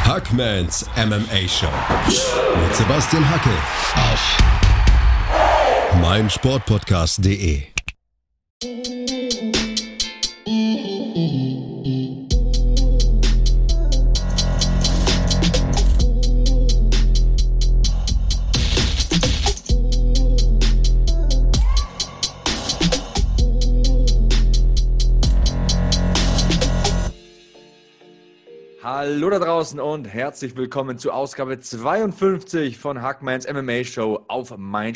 Hackmans MMA Show mit Sebastian Hackel auf meinsportpodcast.de. Hallo da draußen und herzlich willkommen zu Ausgabe 52 von Hackmans MMA Show auf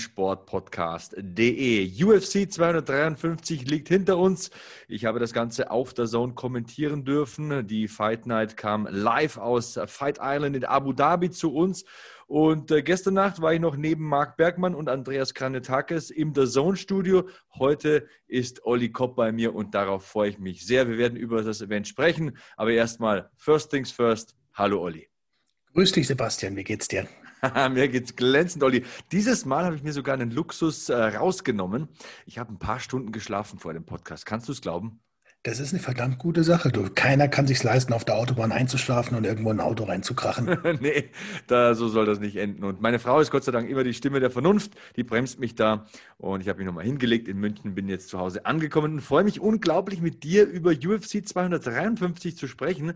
meinsportpodcast.de. UFC 253 liegt hinter uns. Ich habe das Ganze auf der Zone kommentieren dürfen. Die Fight Night kam live aus Fight Island in Abu Dhabi zu uns. Und gestern Nacht war ich noch neben Marc Bergmann und Andreas Kranetakis im DAZN-Studio. Heute ist Olli Kopp bei mir und darauf freue ich mich sehr. Wir werden über das Event sprechen, aber erstmal first things first. Hallo Olli. Grüß dich Sebastian, wie geht's dir? Mir geht's glänzend, Olli. Dieses Mal habe ich mir sogar einen Luxus rausgenommen. Ich habe ein paar Stunden geschlafen vor dem Podcast. Kannst du es glauben? Das ist eine verdammt gute Sache. Keiner kann sich leisten, auf der Autobahn einzuschlafen und irgendwo in ein Auto reinzukrachen. Nee, so soll das nicht enden. Und meine Frau ist Gott sei Dank immer die Stimme der Vernunft. Die bremst mich da. Und ich habe mich nochmal hingelegt in München, bin jetzt zu Hause angekommen und freue mich unglaublich, mit dir über UFC 253 zu sprechen.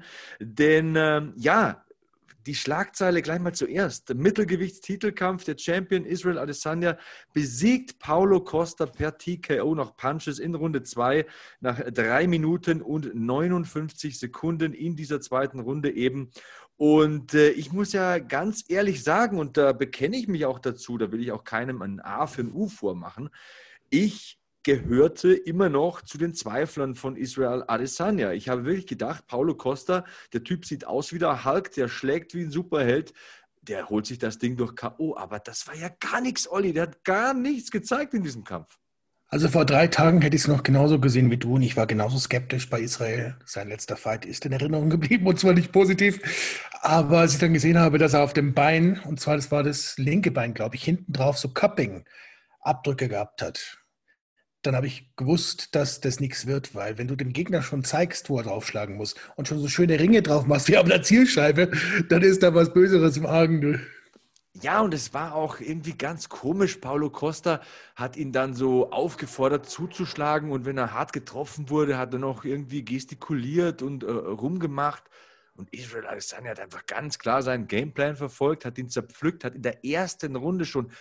Denn die Schlagzeile gleich mal zuerst. Der Mittelgewichtstitelkampf, der Champion Israel Adesanya besiegt Paulo Costa per TKO nach Punches in Runde 2 nach 3 Minuten und 59 Sekunden in dieser zweiten Runde eben. Und ich muss ja ganz ehrlich sagen, und da bekenne ich mich auch dazu, da will ich auch keinem ein A für ein U vormachen, ich gehörte immer noch zu den Zweiflern von Israel Adesanya. Ich habe wirklich gedacht, Paulo Costa, der Typ sieht aus wie der Hulk, der schlägt wie ein Superheld, der holt sich das Ding durch K.O., aber das war ja gar nichts, Olli, der hat gar nichts gezeigt in diesem Kampf. Also vor 3 Tagen hätte ich es noch genauso gesehen wie du und ich war genauso skeptisch bei Israel. Sein letzter Fight ist in Erinnerung geblieben und zwar nicht positiv, aber als ich dann gesehen habe, dass er auf dem Bein, und zwar das war das linke Bein, glaube ich, hinten drauf so Cupping-Abdrücke gehabt hat, dann habe ich gewusst, dass das nichts wird, weil wenn du dem Gegner schon zeigst, wo er draufschlagen muss und schon so schöne Ringe drauf machst wie auf einer Zielscheibe, dann ist da was Böseres im Argen. Ja, und es war auch irgendwie ganz komisch. Paulo Costa hat ihn dann so aufgefordert zuzuschlagen und wenn er hart getroffen wurde, hat er noch irgendwie gestikuliert und rumgemacht. Und Israel Adesanya hat einfach ganz klar seinen Gameplan verfolgt, hat ihn zerpflückt, hat in der ersten Runde schon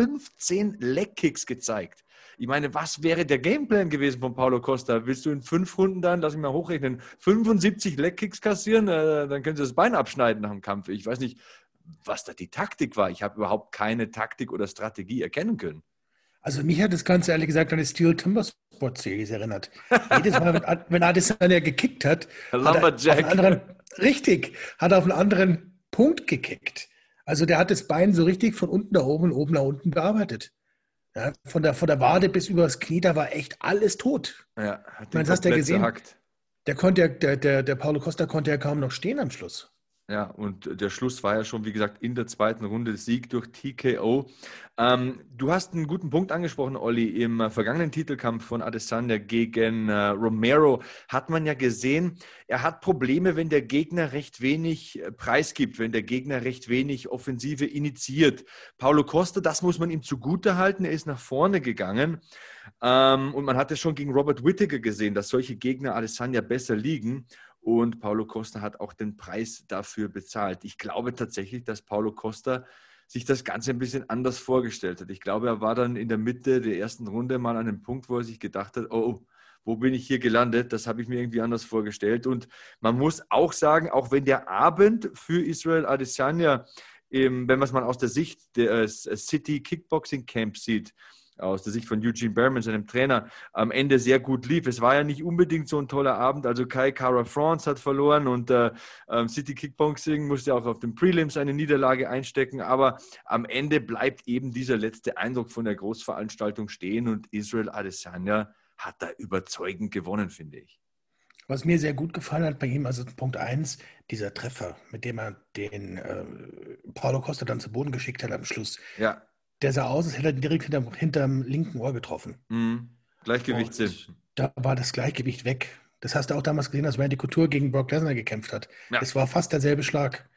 15 Legkicks gezeigt. Ich meine, was wäre der Gameplan gewesen von Paulo Costa? Willst du in 5 Runden dann, lass mich mal hochrechnen, 75 Legkicks kassieren? Dann können sie das Bein abschneiden nach dem Kampf. Ich weiß nicht, was da die Taktik war. Ich habe überhaupt keine Taktik oder Strategie erkennen können. Also mich hat das Ganze ehrlich gesagt an die Steel Timber Sport Series erinnert. Jedes Mal, wenn Adesanya gekickt hat, hat er auf einen anderen Punkt gekickt. Also der hat das Bein so richtig von unten nach oben nach unten bearbeitet. Ja, von der Wade bis übers Knie, da war echt alles tot. Ja, hat den hast du gesehen? Zerhackt. Der Paulo Costa konnte ja kaum noch stehen am Schluss. Ja, und der Schluss war ja schon, wie gesagt, in der zweiten Runde Sieg durch TKO. Du hast einen guten Punkt angesprochen, Olli. Im vergangenen Titelkampf von Adesanya gegen Romero hat man ja gesehen, er hat Probleme, wenn der Gegner recht wenig preisgibt, wenn der Gegner recht wenig Offensive initiiert. Paulo Costa, das muss man ihm zugutehalten, er ist nach vorne gegangen. Und man hat es schon gegen Robert Whittaker gesehen, dass solche Gegner Adesanya besser liegen. Und Paulo Costa hat auch den Preis dafür bezahlt. Ich glaube tatsächlich, dass Paulo Costa sich das Ganze ein bisschen anders vorgestellt hat. Ich glaube, er war dann in der Mitte der ersten Runde mal an einem Punkt, wo er sich gedacht hat, oh, wo bin ich hier gelandet? Das habe ich mir irgendwie anders vorgestellt. Und man muss auch sagen, auch wenn der Abend für Israel Adesanya, wenn man es mal aus der Sicht des City Kickboxing Camp sieht, aus der Sicht von Eugene Berman, seinem Trainer, am Ende sehr gut lief. Es war ja nicht unbedingt so ein toller Abend. Also Kai Kara-France hat verloren und City Kickboxing musste auch auf den Prelims eine Niederlage einstecken. Aber am Ende bleibt eben dieser letzte Eindruck von der Großveranstaltung stehen und Israel Adesanya hat da überzeugend gewonnen, finde ich. Was mir sehr gut gefallen hat bei ihm, also Punkt 1, dieser Treffer, mit dem er den Paulo Costa dann zu Boden geschickt hat am Schluss. Ja. Der sah aus, als hätte er direkt hinterm linken Ohr getroffen. Gleichgewichtssinn. Da war das Gleichgewicht weg. Das hast du auch damals gesehen, als Randy Couture gegen Brock Lesnar gekämpft hat. Ja. Es war fast derselbe Schlag.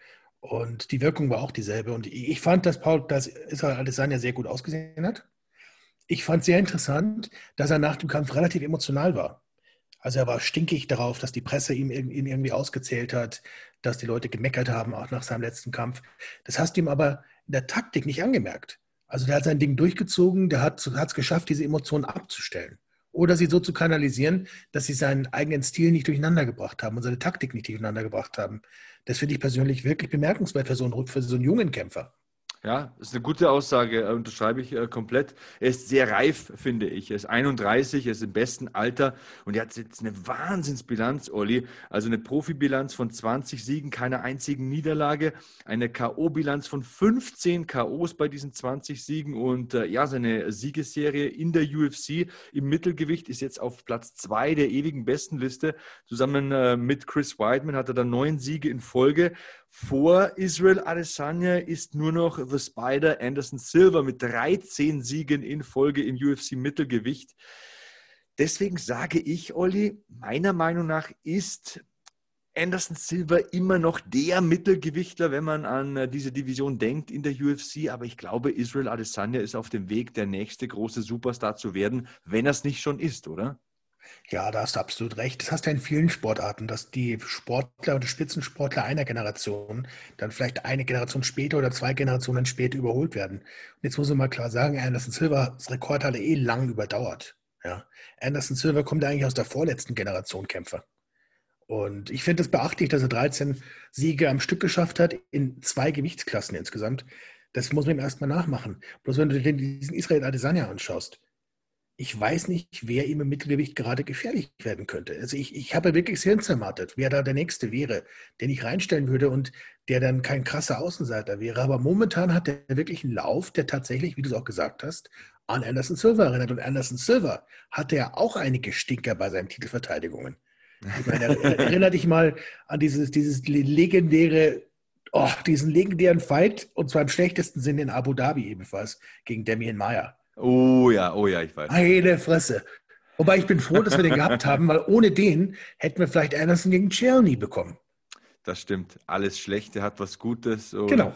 Und die Wirkung war auch dieselbe. Und ich fand, dass Israel Adesanya sehr gut ausgesehen hat. Ich fand sehr interessant, dass er nach dem Kampf relativ emotional war. Also er war stinkig darauf, dass die Presse ihn irgendwie ausgezählt hat, dass die Leute gemeckert haben, auch nach seinem letzten Kampf. Das hast du ihm aber in der Taktik nicht angemerkt. Also der hat sein Ding durchgezogen, der hat es geschafft, diese Emotionen abzustellen. Oder sie so zu kanalisieren, dass sie seinen eigenen Stil nicht durcheinander gebracht haben und seine Taktik nicht durcheinander gebracht haben. Das finde ich persönlich wirklich bemerkenswert für so einen jungen Kämpfer. Ja, das ist eine gute Aussage, unterschreibe ich komplett. Er ist sehr reif, finde ich. Er ist 31, er ist im besten Alter und er hat jetzt eine Wahnsinnsbilanz, Olli. Also eine Profibilanz von 20 Siegen, keiner einzigen Niederlage, eine K.O.-Bilanz von 15 K.O.s bei diesen 20 Siegen und ja, seine Siegesserie in der UFC im Mittelgewicht ist jetzt auf Platz 2 der ewigen Bestenliste. Zusammen mit Chris Weidman hat er dann 9 Siege in Folge. Vor Israel Adesanya ist nur noch The Spider Anderson Silva mit 13 Siegen in Folge im UFC-Mittelgewicht. Deswegen sage ich, Olli, meiner Meinung nach ist Anderson Silva immer noch der Mittelgewichtler, wenn man an diese Division denkt in der UFC. Aber ich glaube, Israel Adesanya ist auf dem Weg, der nächste große Superstar zu werden, wenn er es nicht schon ist, oder? Ja, da hast du absolut recht. Das hast du in vielen Sportarten, dass die Sportler und die Spitzensportler einer Generation dann vielleicht eine Generation später oder 2 Generationen später überholt werden. Und jetzt muss man mal klar sagen, Anderson Silvas Rekord hat er lang überdauert. Ja. Anderson Silva kommt ja eigentlich aus der vorletzten Generation Kämpfer. Und ich finde es beachtlich, dass er 13 Siege am Stück geschafft hat in 2 Gewichtsklassen insgesamt. Das muss man ihm erstmal nachmachen. Bloß wenn du dir diesen Israel Adesanya anschaust, ich weiß nicht, wer ihm im Mittelgewicht gerade gefährlich werden könnte. Also ich habe wirklich sehr zermartet, wer da der Nächste wäre, den ich reinstellen würde und der dann kein krasser Außenseiter wäre. Aber momentan hat er wirklich einen Lauf, der tatsächlich, wie du es auch gesagt hast, an Anderson Silva erinnert. Und Anderson Silva hatte ja auch einige Stinker bei seinen Titelverteidigungen. Ich meine, erinnere dich mal an diesen legendären Fight, und zwar im schlechtesten Sinne in Abu Dhabi ebenfalls, gegen Demian Maia. Oh ja, ich weiß. Meine Fresse. Wobei ich bin froh, dass wir den gehabt haben, weil ohne den hätten wir vielleicht Anderson gegen Cerny bekommen. Das stimmt. Alles Schlechte hat was Gutes und Genau.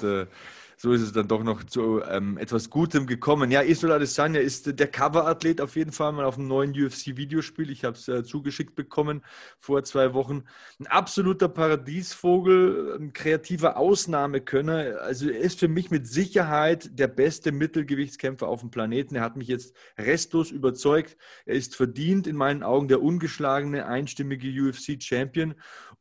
So ist es dann doch noch zu etwas Gutem gekommen. Ja, Israel Adesanya ist der Coverathlet auf jeden Fall mal auf einem neuen UFC-Videospiel. Ich habe es zugeschickt bekommen vor 2 Wochen. Ein absoluter Paradiesvogel, ein kreativer Ausnahmekönner. Also er ist für mich mit Sicherheit der beste Mittelgewichtskämpfer auf dem Planeten. Er hat mich jetzt restlos überzeugt. Er ist verdient in meinen Augen der ungeschlagene, einstimmige UFC-Champion.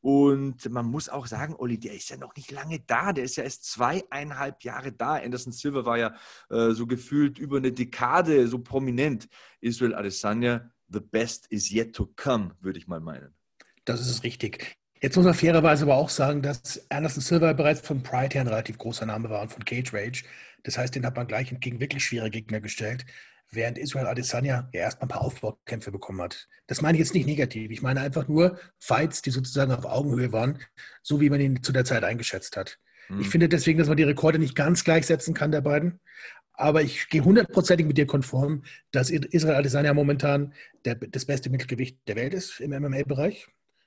Und man muss auch sagen, Olli, der ist ja noch nicht lange da. Der ist ja erst 2,5 Jahre da. Anderson Silva war ja so gefühlt über eine Dekade so prominent. Israel Adesanya, the best is yet to come, würde ich mal meinen. Das ist richtig. Jetzt muss man fairerweise aber auch sagen, dass Anderson Silva bereits von Pride her ein relativ großer Name war und von Cage Rage. Das heißt, den hat man gleich gegen wirklich schwere Gegner gestellt, während Israel Adesanya ja erstmal ein paar Aufbaukämpfe bekommen hat. Das meine ich jetzt nicht negativ. Ich meine einfach nur Fights, die sozusagen auf Augenhöhe waren, so wie man ihn zu der Zeit eingeschätzt hat. Ich finde deswegen, dass man die Rekorde nicht ganz gleichsetzen kann, der beiden. Aber ich gehe 100%ig mit dir konform, dass Israel Adesanya momentan das beste Mittelgewicht der Welt ist im MMA-Bereich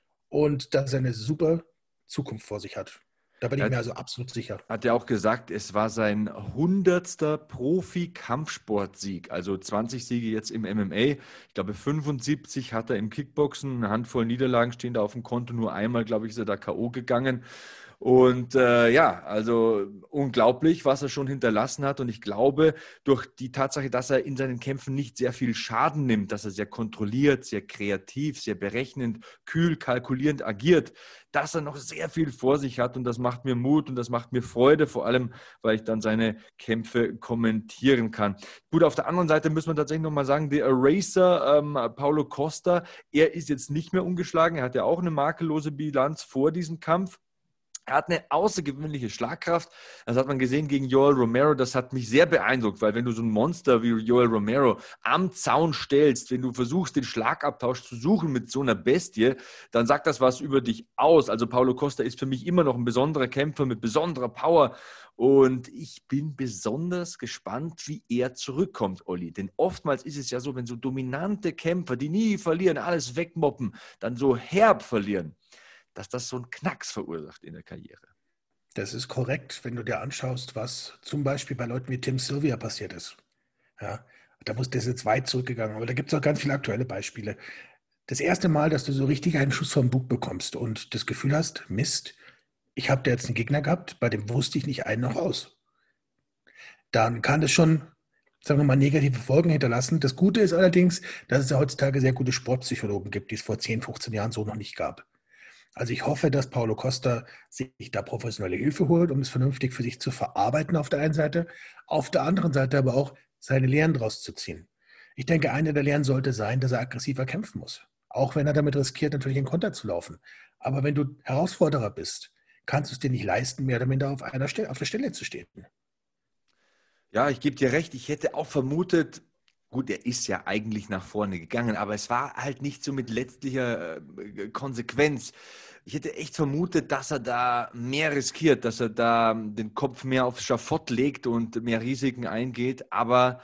und dass er eine super Zukunft vor sich hat. Da bin ich mir also absolut sicher. Hat er auch gesagt, es war sein 100. Profi-Kampfsportsieg. Also 20 Siege jetzt im MMA. Ich glaube, 75 hat er im Kickboxen. Eine Handvoll Niederlagen stehen da auf dem Konto. Nur einmal, glaube ich, ist er da K.O. gegangen. Und ja, also unglaublich, was er schon hinterlassen hat. Und ich glaube, durch die Tatsache, dass er in seinen Kämpfen nicht sehr viel Schaden nimmt, dass er sehr kontrolliert, sehr kreativ, sehr berechnend, kühl, kalkulierend agiert, dass er noch sehr viel vor sich hat. Und das macht mir Mut und das macht mir Freude, vor allem, weil ich dann seine Kämpfe kommentieren kann. Gut, auf der anderen Seite müssen wir tatsächlich nochmal sagen, der Eraser, Paulo Costa, er ist jetzt nicht mehr ungeschlagen. Er hat ja auch eine makellose Bilanz vor diesem Kampf. Er hat eine außergewöhnliche Schlagkraft. Das hat man gesehen gegen Yoel Romero. Das hat mich sehr beeindruckt, weil wenn du so ein Monster wie Yoel Romero am Zaun stellst, wenn du versuchst, den Schlagabtausch zu suchen mit so einer Bestie, dann sagt das was über dich aus. Also Paulo Costa ist für mich immer noch ein besonderer Kämpfer mit besonderer Power. Und ich bin besonders gespannt, wie er zurückkommt, Olli. Denn oftmals ist es ja so, wenn so dominante Kämpfer, die nie verlieren, alles wegmoppen, dann so herb verlieren, dass das so einen Knacks verursacht in der Karriere. Das ist korrekt, wenn du dir anschaust, was zum Beispiel bei Leuten wie Tim Sylvia passiert ist. Ja, das ist jetzt weit zurückgegangen, aber da gibt es auch ganz viele aktuelle Beispiele. Das erste Mal, dass du so richtig einen Schuss vom Bug bekommst und das Gefühl hast, Mist, ich habe da jetzt einen Gegner gehabt, bei dem wusste ich nicht ein noch aus. Dann kann das schon, sagen wir mal, negative Folgen hinterlassen. Das Gute ist allerdings, dass es ja heutzutage sehr gute Sportpsychologen gibt, die es vor 10, 15 Jahren so noch nicht gab. Also ich hoffe, dass Paulo Costa sich da professionelle Hilfe holt, um es vernünftig für sich zu verarbeiten auf der einen Seite, auf der anderen Seite aber auch seine Lehren daraus zu ziehen. Ich denke, eine der Lehren sollte sein, dass er aggressiver kämpfen muss. Auch wenn er damit riskiert, natürlich in Konter zu laufen. Aber wenn du Herausforderer bist, kannst du es dir nicht leisten, mehr oder minder auf der Stelle zu stehen. Ja, ich gebe dir recht. Ich hätte auch vermutet, gut, er ist ja eigentlich nach vorne gegangen, aber es war halt nicht so mit letztlicher Konsequenz. Ich hätte echt vermutet, dass er da mehr riskiert, dass er da den Kopf mehr aufs Schafott legt und mehr Risiken eingeht. Aber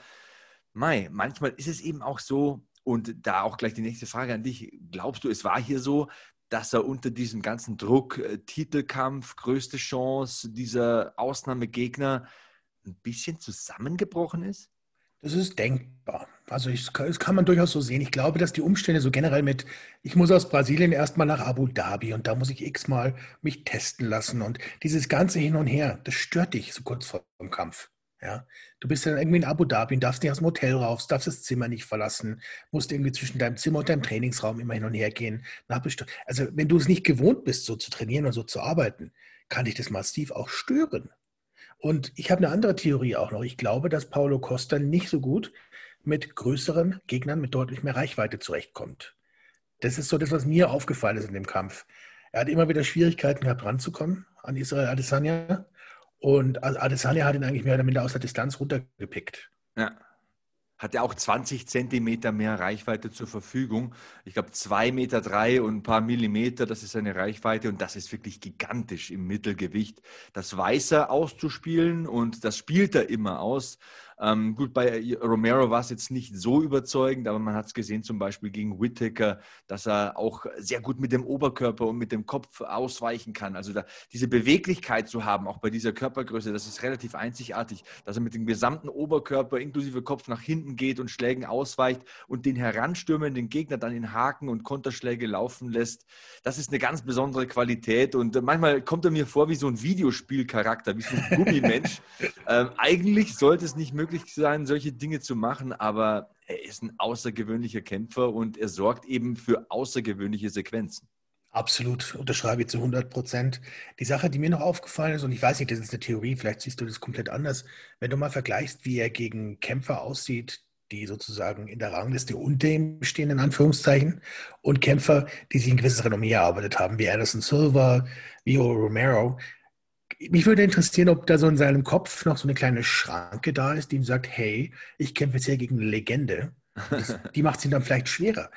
manchmal ist es eben auch so, und da auch gleich die nächste Frage an dich. Glaubst du, es war hier so, dass er unter diesem ganzen Druck, Titelkampf, größte Chance, dieser Ausnahmegegner, ein bisschen zusammengebrochen ist? Das ist denkbar. Also das kann man durchaus so sehen. Ich glaube, dass die Umstände so generell ich muss aus Brasilien erstmal nach Abu Dhabi und da muss ich x-mal mich testen lassen und dieses ganze Hin und Her, das stört dich so kurz vor dem Kampf. Ja, du bist dann irgendwie in Abu Dhabi und darfst nicht aus dem Hotel raus, darfst das Zimmer nicht verlassen, musst irgendwie zwischen deinem Zimmer und deinem Trainingsraum immer hin und her gehen. Also wenn du es nicht gewohnt bist, so zu trainieren und so zu arbeiten, kann dich das massiv auch stören. Und ich habe eine andere Theorie auch noch. Ich glaube, dass Paulo Costa nicht so gut mit größeren Gegnern mit deutlich mehr Reichweite zurechtkommt. Das ist so das, was mir aufgefallen ist in dem Kampf. Er hat immer wieder Schwierigkeiten gehabt, ranzukommen an Israel Adesanya. Und Adesanya hat ihn eigentlich mehr oder minder aus der Distanz runtergepickt. Ja. Hat er auch 20 Zentimeter mehr Reichweite zur Verfügung. Ich glaube 2,3 Meter und ein paar Millimeter, das ist seine Reichweite und das ist wirklich gigantisch im Mittelgewicht. Das weiß er auszuspielen und das spielt er immer aus. Gut, bei Romero war es jetzt nicht so überzeugend, aber man hat es gesehen zum Beispiel gegen Whittaker, dass er auch sehr gut mit dem Oberkörper und mit dem Kopf ausweichen kann. Also diese Beweglichkeit zu haben, auch bei dieser Körpergröße, das ist relativ einzigartig, dass er mit dem gesamten Oberkörper inklusive Kopf nach hinten geht und Schlägen ausweicht und den heranstürmenden Gegner dann in Haken und Konterschläge laufen lässt. Das ist eine ganz besondere Qualität und manchmal kommt er mir vor wie so ein Videospielcharakter, wie so ein Gummimensch. Eigentlich sollte es nicht möglich sein, solche Dinge zu machen, aber er ist ein außergewöhnlicher Kämpfer und er sorgt eben für außergewöhnliche Sequenzen. Absolut, unterschreibe ich zu 100%. Die Sache, die mir noch aufgefallen ist, und ich weiß nicht, das ist eine Theorie, vielleicht siehst du das komplett anders, wenn du mal vergleichst, wie er gegen Kämpfer aussieht, die sozusagen in der Rangliste unter ihm stehen, in Anführungszeichen, und Kämpfer, die sich ein gewisses Renommee erarbeitet haben, wie Anderson Silva, wie Romero. Mich würde interessieren, ob da so in seinem Kopf noch so eine kleine Schranke da ist, die ihm sagt, hey, ich kämpfe jetzt hier gegen eine Legende. Die macht es ihm dann vielleicht schwerer.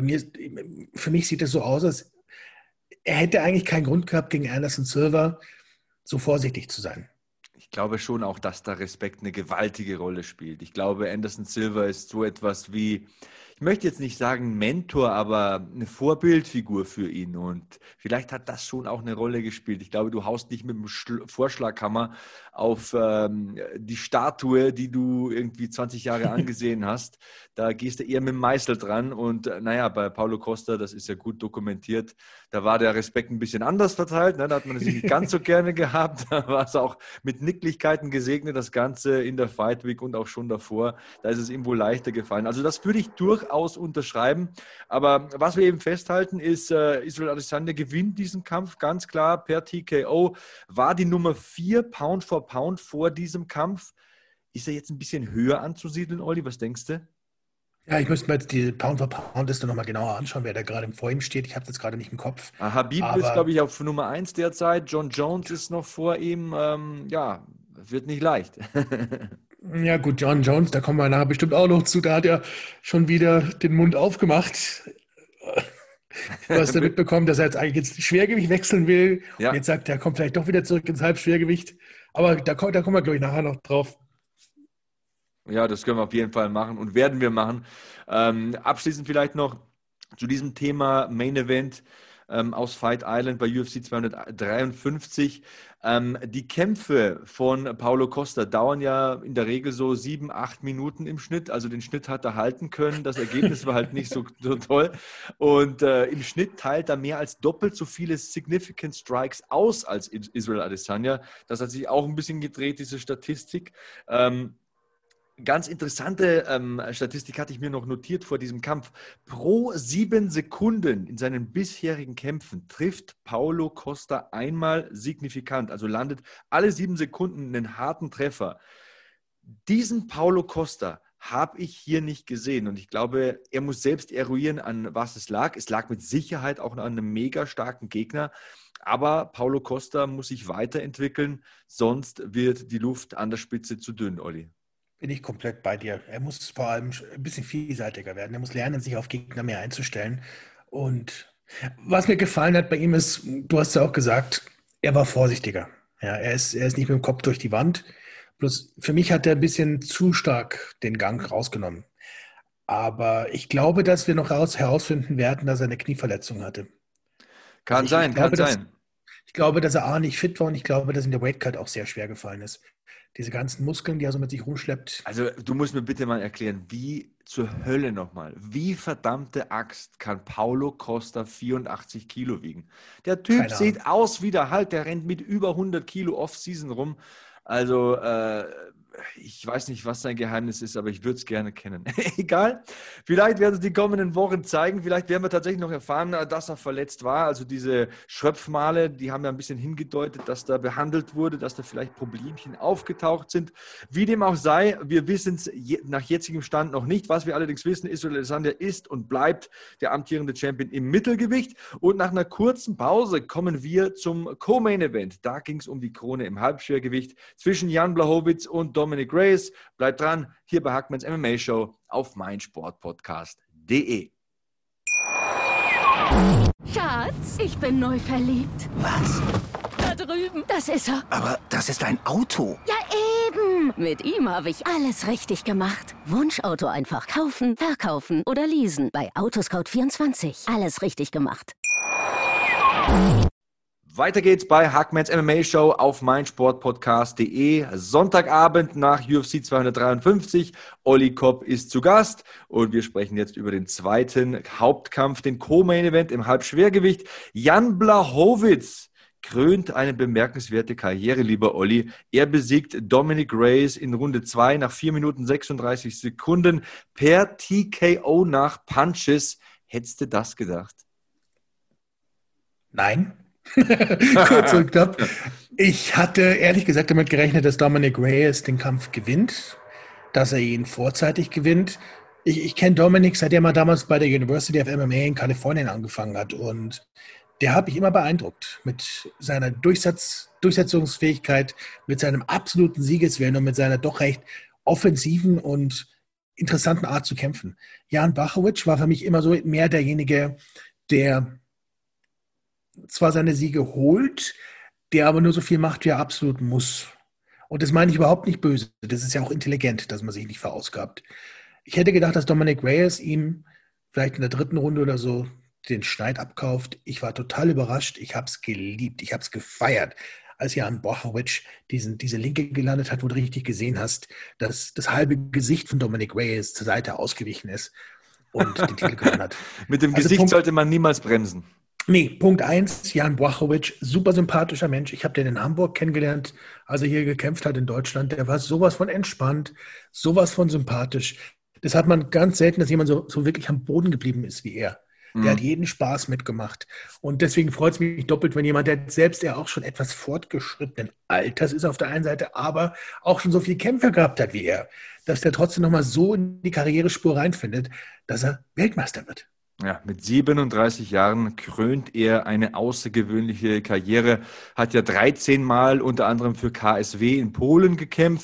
Für mich sieht es so aus, als er hätte eigentlich keinen Grund gehabt, gegen Anderson Silva so vorsichtig zu sein. Ich glaube schon auch, dass da Respekt eine gewaltige Rolle spielt. Ich glaube, Anderson Silva ist so etwas wie, ich möchte jetzt nicht sagen Mentor, aber eine Vorbildfigur für ihn. Und vielleicht hat das schon auch eine Rolle gespielt. Ich glaube, du haust nicht mit dem Vorschlaghammer auf die Statue, die du irgendwie 20 Jahre angesehen hast. Da gehst du eher mit dem Meißel dran. Und naja, bei Paulo Costa, das ist ja gut dokumentiert, da war der Respekt ein bisschen anders verteilt. Ne? Da hat man es nicht ganz so gerne gehabt. Da war es auch mit Nicklichkeiten gesegnet, das Ganze in der Fight Week und auch schon davor. Da ist es ihm wohl leichter gefallen. Also das würde ich durchaus unterschreiben. Aber was wir eben festhalten ist, Israel Adesanya gewinnt diesen Kampf ganz klar per TKO. War die Nummer 4 Pound for Pound vor diesem Kampf. Ist er jetzt ein bisschen höher anzusiedeln, Olli? Was denkst du? Ja, ich müsste mir jetzt die Pound-for-Pound-Liste nochmal genauer anschauen, wer da gerade vor ihm steht. Ich habe es jetzt gerade nicht im Kopf. Habib ist, glaube ich, auf Nummer 1 derzeit. John Jones ist noch vor ihm. Ja, wird nicht leicht. Ja gut, John Jones, da kommen wir nachher bestimmt auch noch zu. Da hat er schon wieder den Mund aufgemacht. Du hast ja mitbekommen, dass er jetzt eigentlich ins Schwergewicht wechseln will. Ja. Und jetzt sagt er, er kommt vielleicht doch wieder zurück ins Halbschwergewicht. Aber da kommen wir, glaube ich, nachher noch drauf. Ja, das können wir auf jeden Fall machen und werden wir machen. Abschließend vielleicht noch zu diesem Thema Main Event. aus Fight Island bei UFC 253. Die Kämpfe von Paulo Costa dauern ja in der Regel so 7, 8 Minuten im Schnitt. Also den Schnitt hat er halten können. Das Ergebnis war halt nicht so toll. Und im Schnitt teilt er mehr als doppelt so viele Significant Strikes aus als Israel Adesanya. Das hat sich auch ein bisschen gedreht, diese Statistik. Ganz interessante Statistik hatte ich mir noch notiert vor diesem Kampf. Pro 7 Sekunden in seinen bisherigen Kämpfen trifft Paulo Costa einmal signifikant, also landet alle 7 Sekunden einen harten Treffer. Diesen Paulo Costa habe ich hier nicht gesehen und ich glaube, er muss selbst eruieren, an was es lag. Es lag mit Sicherheit auch an einem mega starken Gegner, aber Paulo Costa muss sich weiterentwickeln, sonst wird die Luft an der Spitze zu dünn, Olli. Bin ich komplett bei dir. Er muss vor allem ein bisschen vielseitiger werden. Er muss lernen, sich auf Gegner mehr einzustellen. Und was mir gefallen hat bei ihm ist, du hast ja auch gesagt, er war vorsichtiger. Ja, er ist nicht mit dem Kopf durch die Wand. Bloß für mich hat er ein bisschen zu stark den Gang rausgenommen. Aber ich glaube, dass wir noch herausfinden werden, dass er eine Knieverletzung hatte. Kann sein. Ich glaube, dass er A, nicht fit war und ich glaube, dass ihm der Weightcut auch sehr schwer gefallen ist. Diese ganzen Muskeln, die er so mit sich rumschleppt. Also du musst mir bitte mal erklären, wie zur Hölle nochmal, wie verdammte Axt kann Paulo Costa 84 Kilo wiegen? Der Typ sieht aus wie der Hulk, der rennt mit über 100 Kilo Off-Season rum. Also ich weiß nicht, was sein Geheimnis ist, aber ich würde es gerne kennen. Egal, vielleicht werden es die kommenden Wochen zeigen. Vielleicht werden wir tatsächlich noch erfahren, dass er verletzt war. Also diese Schröpfmale, die haben ja ein bisschen hingedeutet, dass da behandelt wurde, dass da vielleicht Problemchen aufgetaucht sind. Wie dem auch sei, wir wissen es nach jetzigem Stand noch nicht. Was wir allerdings wissen, Israel Adesanya ist und bleibt der amtierende Champion im Mittelgewicht. Und nach einer kurzen Pause kommen wir zum Co-Main-Event. Da ging es um die Krone im Halbschwergewicht zwischen Jan Blachowicz und Dominic Reyes. Bleibt dran, hier bei Hackmans MMA Show auf meinsportpodcast.de. Schatz, ich bin neu verliebt. Was? Da drüben. Das ist er. Aber das ist ein Auto. Ja, eben. Mit ihm habe ich alles richtig gemacht. Wunschauto einfach kaufen, verkaufen oder leasen. Bei Autoscout24. Alles richtig gemacht. Weiter geht's bei Hackmans MMA Show auf meinsportpodcast.de. Sonntagabend nach UFC 253. Olli Kopp ist zu Gast und wir sprechen jetzt über den zweiten Hauptkampf, den Co-Main-Event im Halbschwergewicht. Jan Blachowicz krönt eine bemerkenswerte Karriere, lieber Olli. Er besiegt Dominic Reyes in Runde 2 nach 4 Minuten 36 Sekunden per TKO nach Punches. Hättest du das gedacht? Nein. Kurz und knapp. Ich hatte ehrlich gesagt damit gerechnet, dass Dominic Reyes den Kampf gewinnt, dass er ihn vorzeitig gewinnt. Ich kenne Dominic, seitdem er damals bei der University of MMA in Kalifornien angefangen hat und der hat mich immer beeindruckt mit seiner Durchsetzungsfähigkeit, mit seinem absoluten Siegeswillen und mit seiner doch recht offensiven und interessanten Art zu kämpfen. Jan Blachowicz war für mich immer so mehr derjenige, der zwar seine Siege holt, der aber nur so viel macht, wie er absolut muss. Und das meine ich überhaupt nicht böse. Das ist ja auch intelligent, dass man sich nicht verausgabt. Ich hätte gedacht, dass Dominic Reyes ihm vielleicht in der 3. Runde oder so den Schneid abkauft. Ich war total überrascht. Ich habe es geliebt. Ich habe es gefeiert, als Jan Blachowicz diese Linke gelandet hat, wo du richtig gesehen hast, dass das halbe Gesicht von Dominic Reyes zur Seite ausgewichen ist und den Titel gewonnen hat. Mit dem Gesicht sollte man niemals bremsen. Nee, Punkt 1, Jan Blachowicz, super sympathischer Mensch. Ich habe den in Hamburg kennengelernt, als er hier gekämpft hat in Deutschland. Der war sowas von entspannt, sowas von sympathisch. Das hat man ganz selten, dass jemand so wirklich am Boden geblieben ist wie er. Der hat jeden Spaß mitgemacht. Und deswegen freut es mich doppelt, wenn jemand, der selbst ja auch schon etwas fortgeschrittenen Alters ist auf der einen Seite, aber auch schon so viele Kämpfe gehabt hat wie er, dass der trotzdem nochmal so in die Karrierespur reinfindet, dass er Weltmeister wird. Ja, mit 37 Jahren krönt er eine außergewöhnliche Karriere, hat ja 13 Mal unter anderem für KSW in Polen gekämpft.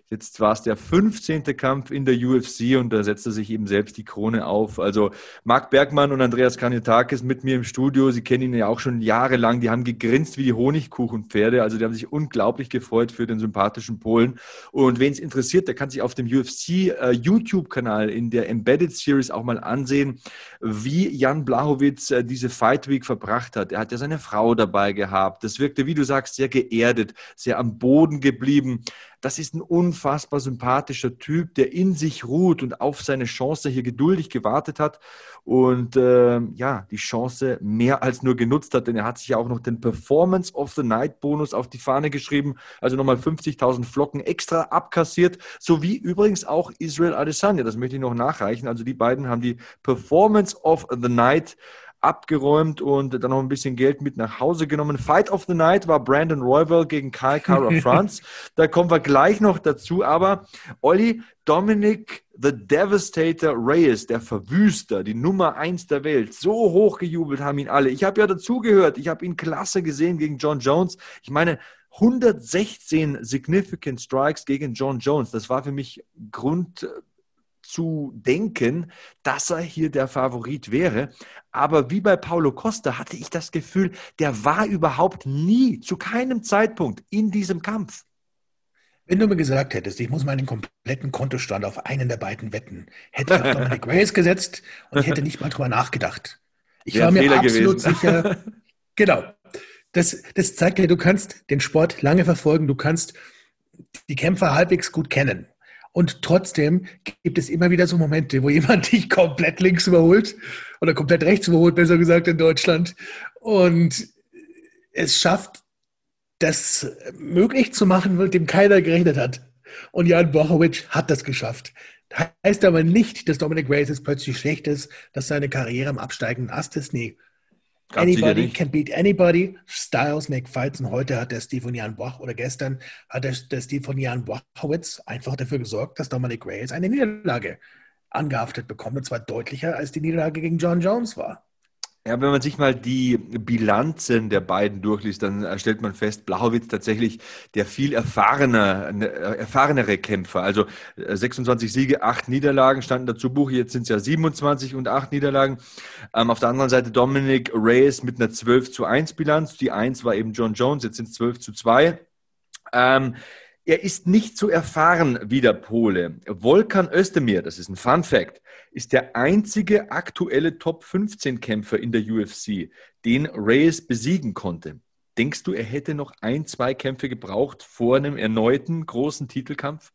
Jetzt war es der 15. Kampf in der UFC und da setzt er sich eben selbst die Krone auf. Also Marc Bergmann und Andreas Kanyotakis mit mir im Studio, Sie kennen ihn ja auch schon jahrelang, die haben gegrinst wie die Honigkuchenpferde, also die haben sich unglaublich gefreut für den sympathischen Polen. Und wen es interessiert, der kann sich auf dem UFC YouTube-Kanal in der Embedded Series auch mal ansehen, wie Jan Blachowicz diese Fight Week verbracht hat. Er hat ja seine Frau dabei gehabt. Das wirkte, wie du sagst, sehr geerdet, sehr am Boden geblieben. Das ist ein unfassbar sympathischer Typ, der in sich ruht und auf seine Chance hier geduldig gewartet hat und die Chance mehr als nur genutzt hat, denn er hat sich ja auch noch den Performance of the Night Bonus auf die Fahne geschrieben, also nochmal 50.000 Flocken extra abkassiert, sowie übrigens auch Israel Adesanya, das möchte ich noch nachreichen, also die beiden haben die Performance of the Night abgeräumt und dann noch ein bisschen Geld mit nach Hause genommen. Fight of the Night war Brandon Royval gegen Kyle Kara-France. Da kommen wir gleich noch dazu. Aber Olli, Dominic the Devastator Reyes, der Verwüster, die Nummer 1 der Welt, so hochgejubelt haben ihn alle. Ich habe ja dazugehört. Ich habe ihn klasse gesehen gegen John Jones. Ich meine, 116 Significant Strikes gegen John Jones. Das war für mich Grund zu denken, dass er hier der Favorit wäre. Aber wie bei Paulo Costa hatte ich das Gefühl, der war überhaupt nie, zu keinem Zeitpunkt in diesem Kampf. Wenn du mir gesagt hättest, ich muss meinen kompletten Kontostand auf einen der beiden wetten, hätte ich auf Dominic Reyes gesetzt und ich hätte nicht mal drüber nachgedacht. Ich war mir absolut sicher. Genau. Das zeigt dir, du kannst den Sport lange verfolgen, du kannst die Kämpfer halbwegs gut kennen. Und trotzdem gibt es immer wieder so Momente, wo jemand dich komplett links überholt oder komplett rechts überholt, besser gesagt in Deutschland. Und es schafft, das möglich zu machen, mit dem keiner gerechnet hat. Und Jan Blachowicz hat das geschafft. Heißt aber nicht, dass Dominic Reyes jetzt plötzlich schlecht ist, dass seine Karriere am absteigenden Ast ist. Nee. Anybody can beat anybody. Styles make fights. Und heute hat der Steve von Jan Blach oder gestern hat der Steve von Jan Blachowicz einfach dafür gesorgt, dass Dominic Reyes eine Niederlage angehaftet bekommt. Und zwar deutlicher, als die Niederlage gegen John Jones war. Ja, wenn man sich mal die Bilanzen der beiden durchliest, dann stellt man fest, Blachowicz tatsächlich der viel erfahrenere Kämpfer. Also 26 Siege, 8 Niederlagen standen dazu Buch. Jetzt sind es ja 27 und 8 Niederlagen. Auf der anderen Seite Dominic Reyes mit einer 12:1 Bilanz. Die 1 war eben John Jones, jetzt sind es 12:2. Er ist nicht so erfahren wie der Pole. Volkan Özdemir, das ist ein Fun Fact, ist der einzige aktuelle Top-15-Kämpfer in der UFC, den Reyes besiegen konnte. Denkst du, er hätte noch 1-2 Kämpfe gebraucht vor einem erneuten großen Titelkampf?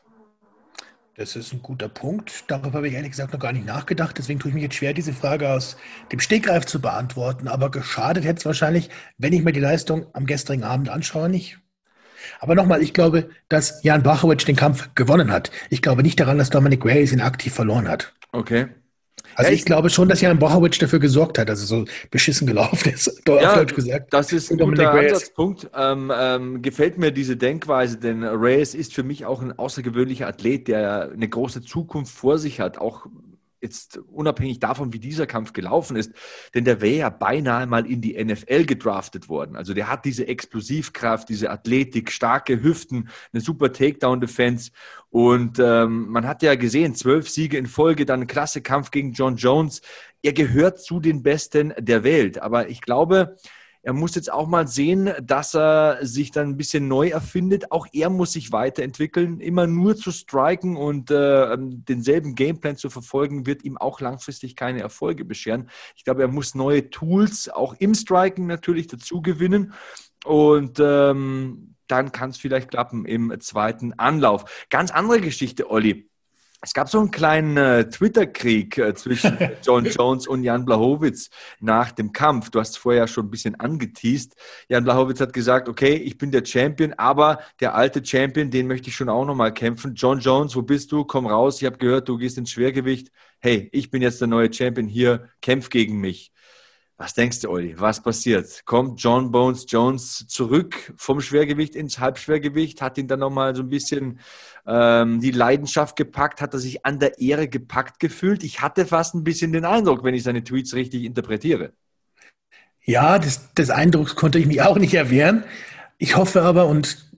Das ist ein guter Punkt. Darüber habe ich ehrlich gesagt noch gar nicht nachgedacht. Deswegen tue ich mich jetzt schwer, diese Frage aus dem Stegreif zu beantworten. Aber geschadet hätte es wahrscheinlich, wenn ich mir die Leistung am gestrigen Abend anschaue, nicht. Aber nochmal, ich glaube, dass Jan Blachowicz den Kampf gewonnen hat. Ich glaube nicht daran, dass Dominic Reyes ihn aktiv verloren hat. Okay. Also ich glaube schon, dass Jan Blachowicz dafür gesorgt hat, dass es so beschissen gelaufen ist. Ja, Deutsch gesagt. Das ist ein guter Ansatzpunkt. Gefällt mir diese Denkweise, denn Reyes ist für mich auch ein außergewöhnlicher Athlet, der eine große Zukunft vor sich hat, auch jetzt unabhängig davon, wie dieser Kampf gelaufen ist, denn der wäre ja beinahe mal in die NFL gedraftet worden. Also der hat diese Explosivkraft, diese Athletik, starke Hüften, eine super Takedown-Defense und man hat ja gesehen, 12 Siege in Folge, dann ein klasse Kampf gegen John Jones. Er gehört zu den Besten der Welt, aber ich glaube, er muss jetzt auch mal sehen, dass er sich dann ein bisschen neu erfindet. Auch er muss sich weiterentwickeln. Immer nur zu striken und denselben Gameplan zu verfolgen, wird ihm auch langfristig keine Erfolge bescheren. Ich glaube, er muss neue Tools auch im Striken natürlich dazu gewinnen. Und dann kann es vielleicht klappen im zweiten Anlauf. Ganz andere Geschichte, Olli. Es gab so einen kleinen Twitter-Krieg zwischen John Jones und Jan Blachowicz nach dem Kampf. Du hast es vorher schon ein bisschen angeteast. Jan Blachowicz hat gesagt, okay, ich bin der Champion, aber der alte Champion, den möchte ich schon auch nochmal kämpfen. John Jones, wo bist du? Komm raus, ich habe gehört, du gehst ins Schwergewicht. Hey, ich bin jetzt der neue Champion hier, kämpf gegen mich. Was denkst du, Olli? Was passiert? Kommt John Bones Jones zurück vom Schwergewicht ins Halbschwergewicht? Hat ihn dann nochmal so ein bisschen die Leidenschaft gepackt? Hat er sich an der Ehre gepackt gefühlt? Ich hatte fast ein bisschen den Eindruck, wenn ich seine Tweets richtig interpretiere. Ja, des Eindrucks konnte ich mich auch nicht erwehren. Ich hoffe aber, und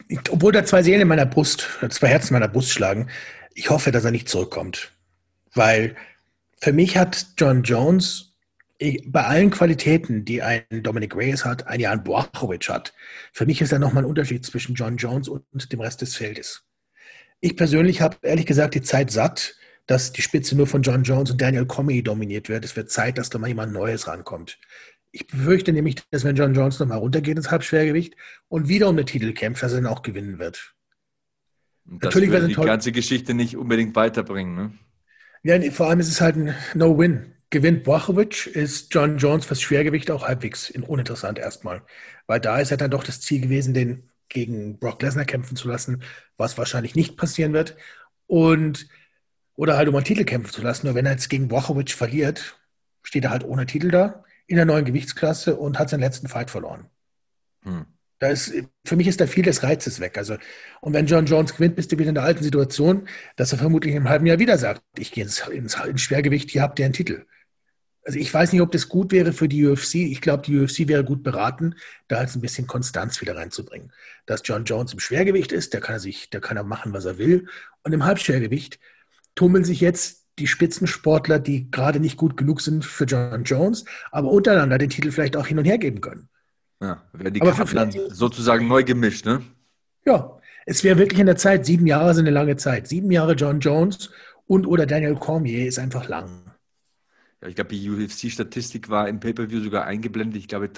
obwohl da zwei Seelen in meiner Brust, zwei Herzen in meiner Brust schlagen, ich hoffe, dass er nicht zurückkommt. Weil für mich hat John Jones bei allen Qualitäten, die ein Dominic Reyes hat, ein Jan Blachowicz hat, für mich ist da nochmal ein Unterschied zwischen John Jones und dem Rest des Feldes. Ich persönlich habe ehrlich gesagt die Zeit satt, dass die Spitze nur von John Jones und Daniel Cormier dominiert wird. Es wird Zeit, dass da mal jemand Neues rankommt. Ich befürchte nämlich, dass wenn John Jones nochmal runtergeht ins Halbschwergewicht und wieder um den Titel kämpft, dass er dann auch gewinnen wird. Und das würde die ganze Geschichte nicht unbedingt weiterbringen, ne? Ja, vor allem ist es halt ein No-Win. Gewinnt Blachowicz, ist John Jones fürs Schwergewicht auch halbwegs uninteressant erstmal. Weil da ist ja dann doch das Ziel gewesen, den gegen Brock Lesnar kämpfen zu lassen, was wahrscheinlich nicht passieren wird. Oder halt um einen Titel kämpfen zu lassen. Nur wenn er jetzt gegen Blachowicz verliert, steht er halt ohne Titel da, in der neuen Gewichtsklasse und hat seinen letzten Fight verloren. Für mich ist da viel des Reizes weg. Also, und wenn John Jones gewinnt, bist du wieder in der alten Situation, dass er vermutlich im halben Jahr wieder sagt, ich gehe ins Schwergewicht, hier habt ihr einen Titel. Also ich weiß nicht, ob das gut wäre für die UFC. Ich glaube, die UFC wäre gut beraten, da jetzt ein bisschen Konstanz wieder reinzubringen. Dass John Jones im Schwergewicht ist, da kann er machen, was er will. Und im Halbschwergewicht tummeln sich jetzt die Spitzensportler, die gerade nicht gut genug sind für John Jones, aber untereinander den Titel vielleicht auch hin und her geben können. Ja, werden die Karten dann sozusagen neu gemischt, ne? Ja, es wäre wirklich in der Zeit. 7 Jahre sind eine lange Zeit. 7 Jahre John Jones oder Daniel Cormier ist einfach lang. Ja, ich glaube, die UFC-Statistik war im Pay-Per-View sogar eingeblendet. Ich glaube,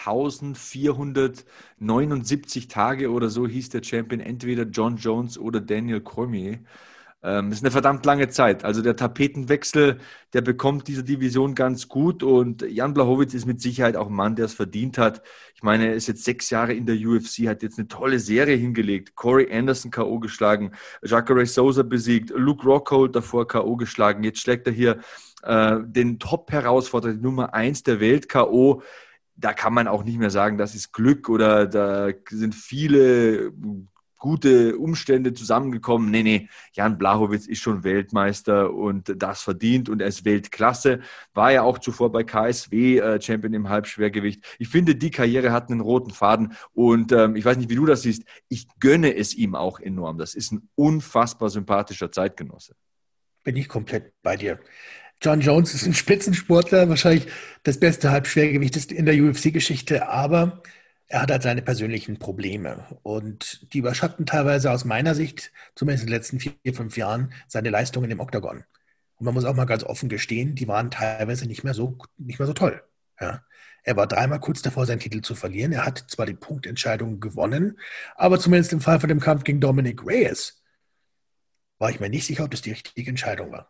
3479 Tage oder so hieß der Champion entweder John Jones oder Daniel Cormier. Das ist eine verdammt lange Zeit. Also der Tapetenwechsel, der bekommt diese Division ganz gut und Jan Blachowicz ist mit Sicherheit auch ein Mann, der es verdient hat. Ich meine, er ist jetzt 6 Jahre in der UFC, hat jetzt eine tolle Serie hingelegt. Corey Anderson K.O. geschlagen, Jacare Souza besiegt, Luke Rockhold davor K.O. geschlagen. Jetzt schlägt er hier den Top-Herausforderer, Nummer 1 der Welt K.O. Da kann man auch nicht mehr sagen, das ist Glück oder da sind viele gute Umstände zusammengekommen. Nee, Jan Blachowicz ist schon Weltmeister und das verdient und er ist Weltklasse. War ja auch zuvor bei KSW Champion im Halbschwergewicht. Ich finde, die Karriere hat einen roten Faden und ich weiß nicht, wie du das siehst. Ich gönne es ihm auch enorm. Das ist ein unfassbar sympathischer Zeitgenosse. Bin ich komplett bei dir. John Jones ist ein Spitzensportler, wahrscheinlich das beste Halbschwergewicht in der UFC-Geschichte, aber er hat halt seine persönlichen Probleme und die überschatten teilweise aus meiner Sicht, zumindest in den letzten 4-5 Jahren, seine Leistungen im Oktagon. Und man muss auch mal ganz offen gestehen, die waren teilweise nicht mehr so toll. Ja. Er war 3-mal kurz davor, seinen Titel zu verlieren. Er hat zwar die Punktentscheidung gewonnen, aber zumindest im Fall von dem Kampf gegen Dominic Reyes war ich mir nicht sicher, ob das die richtige Entscheidung war.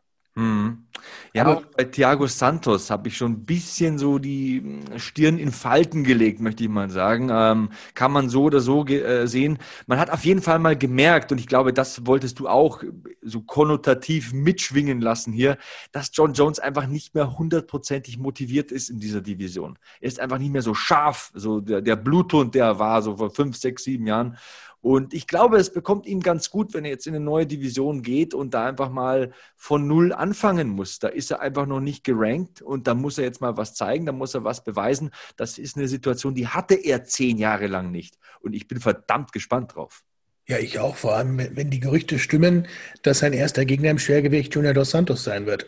Ja, aber auch bei Thiago Santos habe ich schon ein bisschen so die Stirn in Falten gelegt, möchte ich mal sagen. Kann man so oder so sehen. Man hat auf jeden Fall mal gemerkt, und ich glaube, das wolltest du auch so konnotativ mitschwingen lassen hier, dass John Jones einfach nicht mehr 100%ig motiviert ist in dieser Division. Er ist einfach nicht mehr so scharf, so der Bluthund, der er war, so vor 5, 6, 7 Jahren. Und ich glaube, es bekommt ihm ganz gut, wenn er jetzt in eine neue Division geht und da einfach mal von Null anfangen muss. Da ist er einfach noch nicht gerankt und da muss er jetzt mal was zeigen, da muss er was beweisen. Das ist eine Situation, die hatte er 10 Jahre lang nicht. Und ich bin verdammt gespannt drauf. Ja, ich auch, vor allem, wenn die Gerüchte stimmen, dass sein erster Gegner im Schwergewicht Junior Dos Santos sein wird.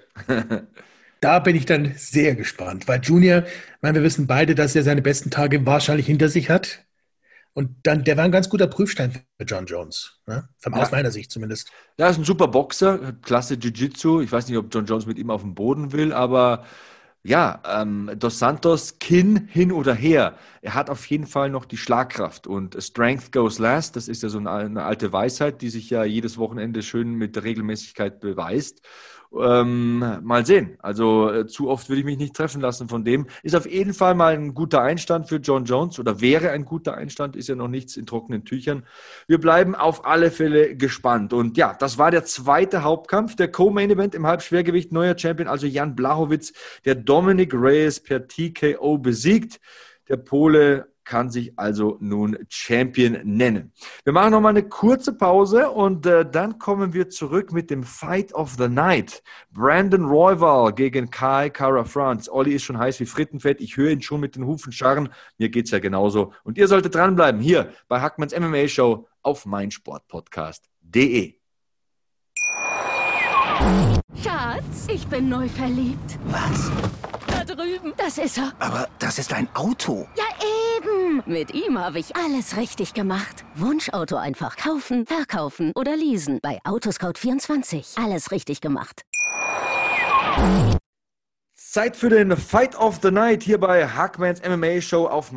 Da bin ich dann sehr gespannt, weil Junior, ich meine, wir wissen beide, dass er seine besten Tage wahrscheinlich hinter sich hat. Und dann, der war ein ganz guter Prüfstein für John Jones, ne? Aus meiner Sicht zumindest. Ja, ist ein super Boxer, klasse Jiu-Jitsu. Ich weiß nicht, ob John Jones mit ihm auf dem Boden will, aber ja, Dos Santos, Kinn hin oder her. Er hat auf jeden Fall noch die Schlagkraft und Strength goes last. Das ist ja so eine alte Weisheit, die sich ja jedes Wochenende schön mit Regelmäßigkeit beweist. Mal sehen. Also zu oft würde ich mich nicht treffen lassen von dem. Ist auf jeden Fall mal ein guter Einstand für John Jones oder wäre ein guter Einstand, ist ja noch nichts in trockenen Tüchern. Wir bleiben auf alle Fälle gespannt. Und ja, das war der zweite Hauptkampf, der Co-Main-Event im Halbschwergewicht, neuer Champion, also Jan Blachowicz, der Dominic Reyes per TKO besiegt. Der Pole kann sich also nun Champion nennen. Wir machen nochmal eine kurze Pause und dann kommen wir zurück mit dem Fight of the Night. Brandon Royval gegen Kai Kara-France. Olli ist schon heiß wie Frittenfett. Ich höre ihn schon mit den Hufen scharren. Mir geht's ja genauso. Und ihr solltet dranbleiben hier bei Hackmans MMA Show auf meinsportpodcast.de. Schatz, ich bin neu verliebt. Was? Da drüben. Das ist er. Aber das ist ein Auto. Ja, eben. Mit ihm habe ich alles richtig gemacht. Wunschauto einfach kaufen, verkaufen oder leasen. Bei Autoscout24. Alles richtig gemacht. Zeit für den Fight of the Night hier bei Hackmans MMA Show auf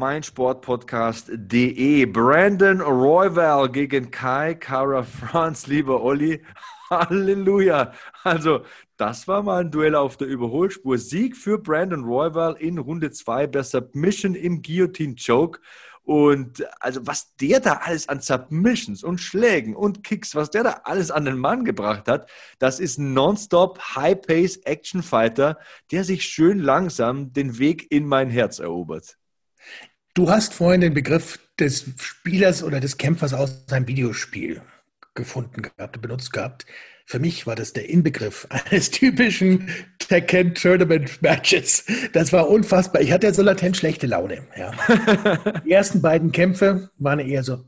meinsportpodcast.de. Brandon Royval gegen Kai Kara-France, lieber Olli. Halleluja. Also, das war mal ein Duell auf der Überholspur. Sieg für Brandon Royval in Runde 2 per Submission im Guillotine Choke. Und also was der da alles an Submissions und Schlägen und Kicks, was der da alles an den Mann gebracht hat, das ist ein Nonstop High-Pace Action-Fighter, der sich schön langsam den Weg in mein Herz erobert. Du hast vorhin den Begriff des Spielers oder des Kämpfers aus seinem Videospiel benutzt gehabt. Für mich war das der Inbegriff eines typischen Tekken-Tournament-Matches. Das war unfassbar. Ich hatte ja so latent schlechte Laune. Ja. Die ersten beiden Kämpfe waren eher so,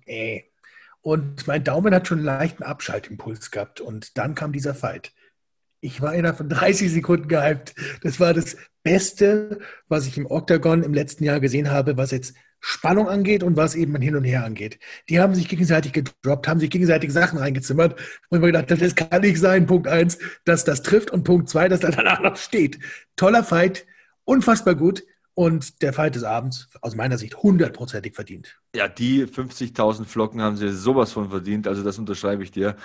Und mein Daumen hat schon einen leichten Abschaltimpuls gehabt. Und dann kam dieser Fight. Ich war innerhalb von 30 Sekunden gehypt. Das war das Beste, was ich im Octagon im letzten Jahr gesehen habe, was jetzt Spannung angeht und was eben ein Hin und Her angeht. Die haben sich gegenseitig gedroppt, haben sich gegenseitig Sachen reingezimmert. Und ich mir gedacht, das kann nicht sein, Punkt 1, dass das trifft und Punkt 2, dass da danach noch steht. Toller Fight, unfassbar gut. Und der Fight des Abends, aus meiner Sicht, 100%ig verdient. Ja, die 50.000 Flocken haben sie sowas von verdient. Also das unterschreibe ich dir.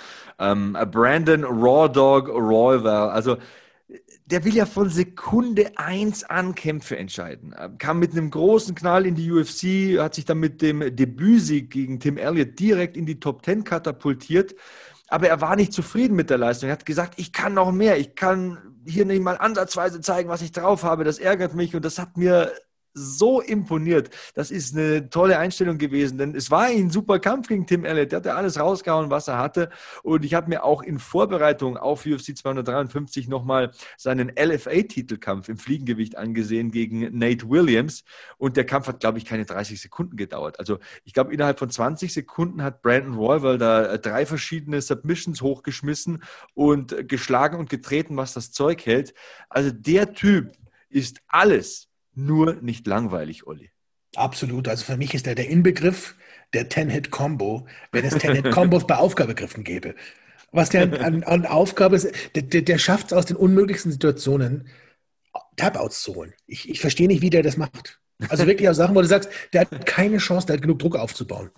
Brandon Raw Dog Royval, also der will ja von Sekunde 1 an Kämpfe entscheiden. Kam mit einem großen Knall in die UFC, hat sich dann mit dem Debütsieg gegen Tim Elliott direkt in die Top 10 katapultiert. Aber er war nicht zufrieden mit der Leistung. Er hat gesagt, ich kann noch mehr. Ich kann hier nicht mal ansatzweise zeigen, was ich drauf habe. Das ärgert mich und das hat mir so imponiert. Das ist eine tolle Einstellung gewesen, denn es war ein super Kampf gegen Tim Elliott. Der hat ja alles rausgehauen, was er hatte. Und ich habe mir auch in Vorbereitung auf UFC 253 nochmal seinen LFA-Titelkampf im Fliegengewicht angesehen gegen Nate Williams. Und der Kampf hat, glaube ich, keine 30 Sekunden gedauert. Also ich glaube, innerhalb von 20 Sekunden hat Brandon Royval da 3 verschiedene Submissions hochgeschmissen und geschlagen und getreten, was das Zeug hält. Also der Typ ist alles, nur nicht langweilig, Olli. Absolut. Also für mich ist er der Inbegriff der 10-Hit-Combo, wenn es 10-Hit-Combos bei Aufgabegriffen gäbe. Was der an Aufgabe ist, der schafft es aus den unmöglichsten Situationen, Tap-Outs zu holen. Ich verstehe nicht, wie der das macht. Also wirklich aus Sachen, wo du sagst, der hat keine Chance, der hat genug Druck aufzubauen.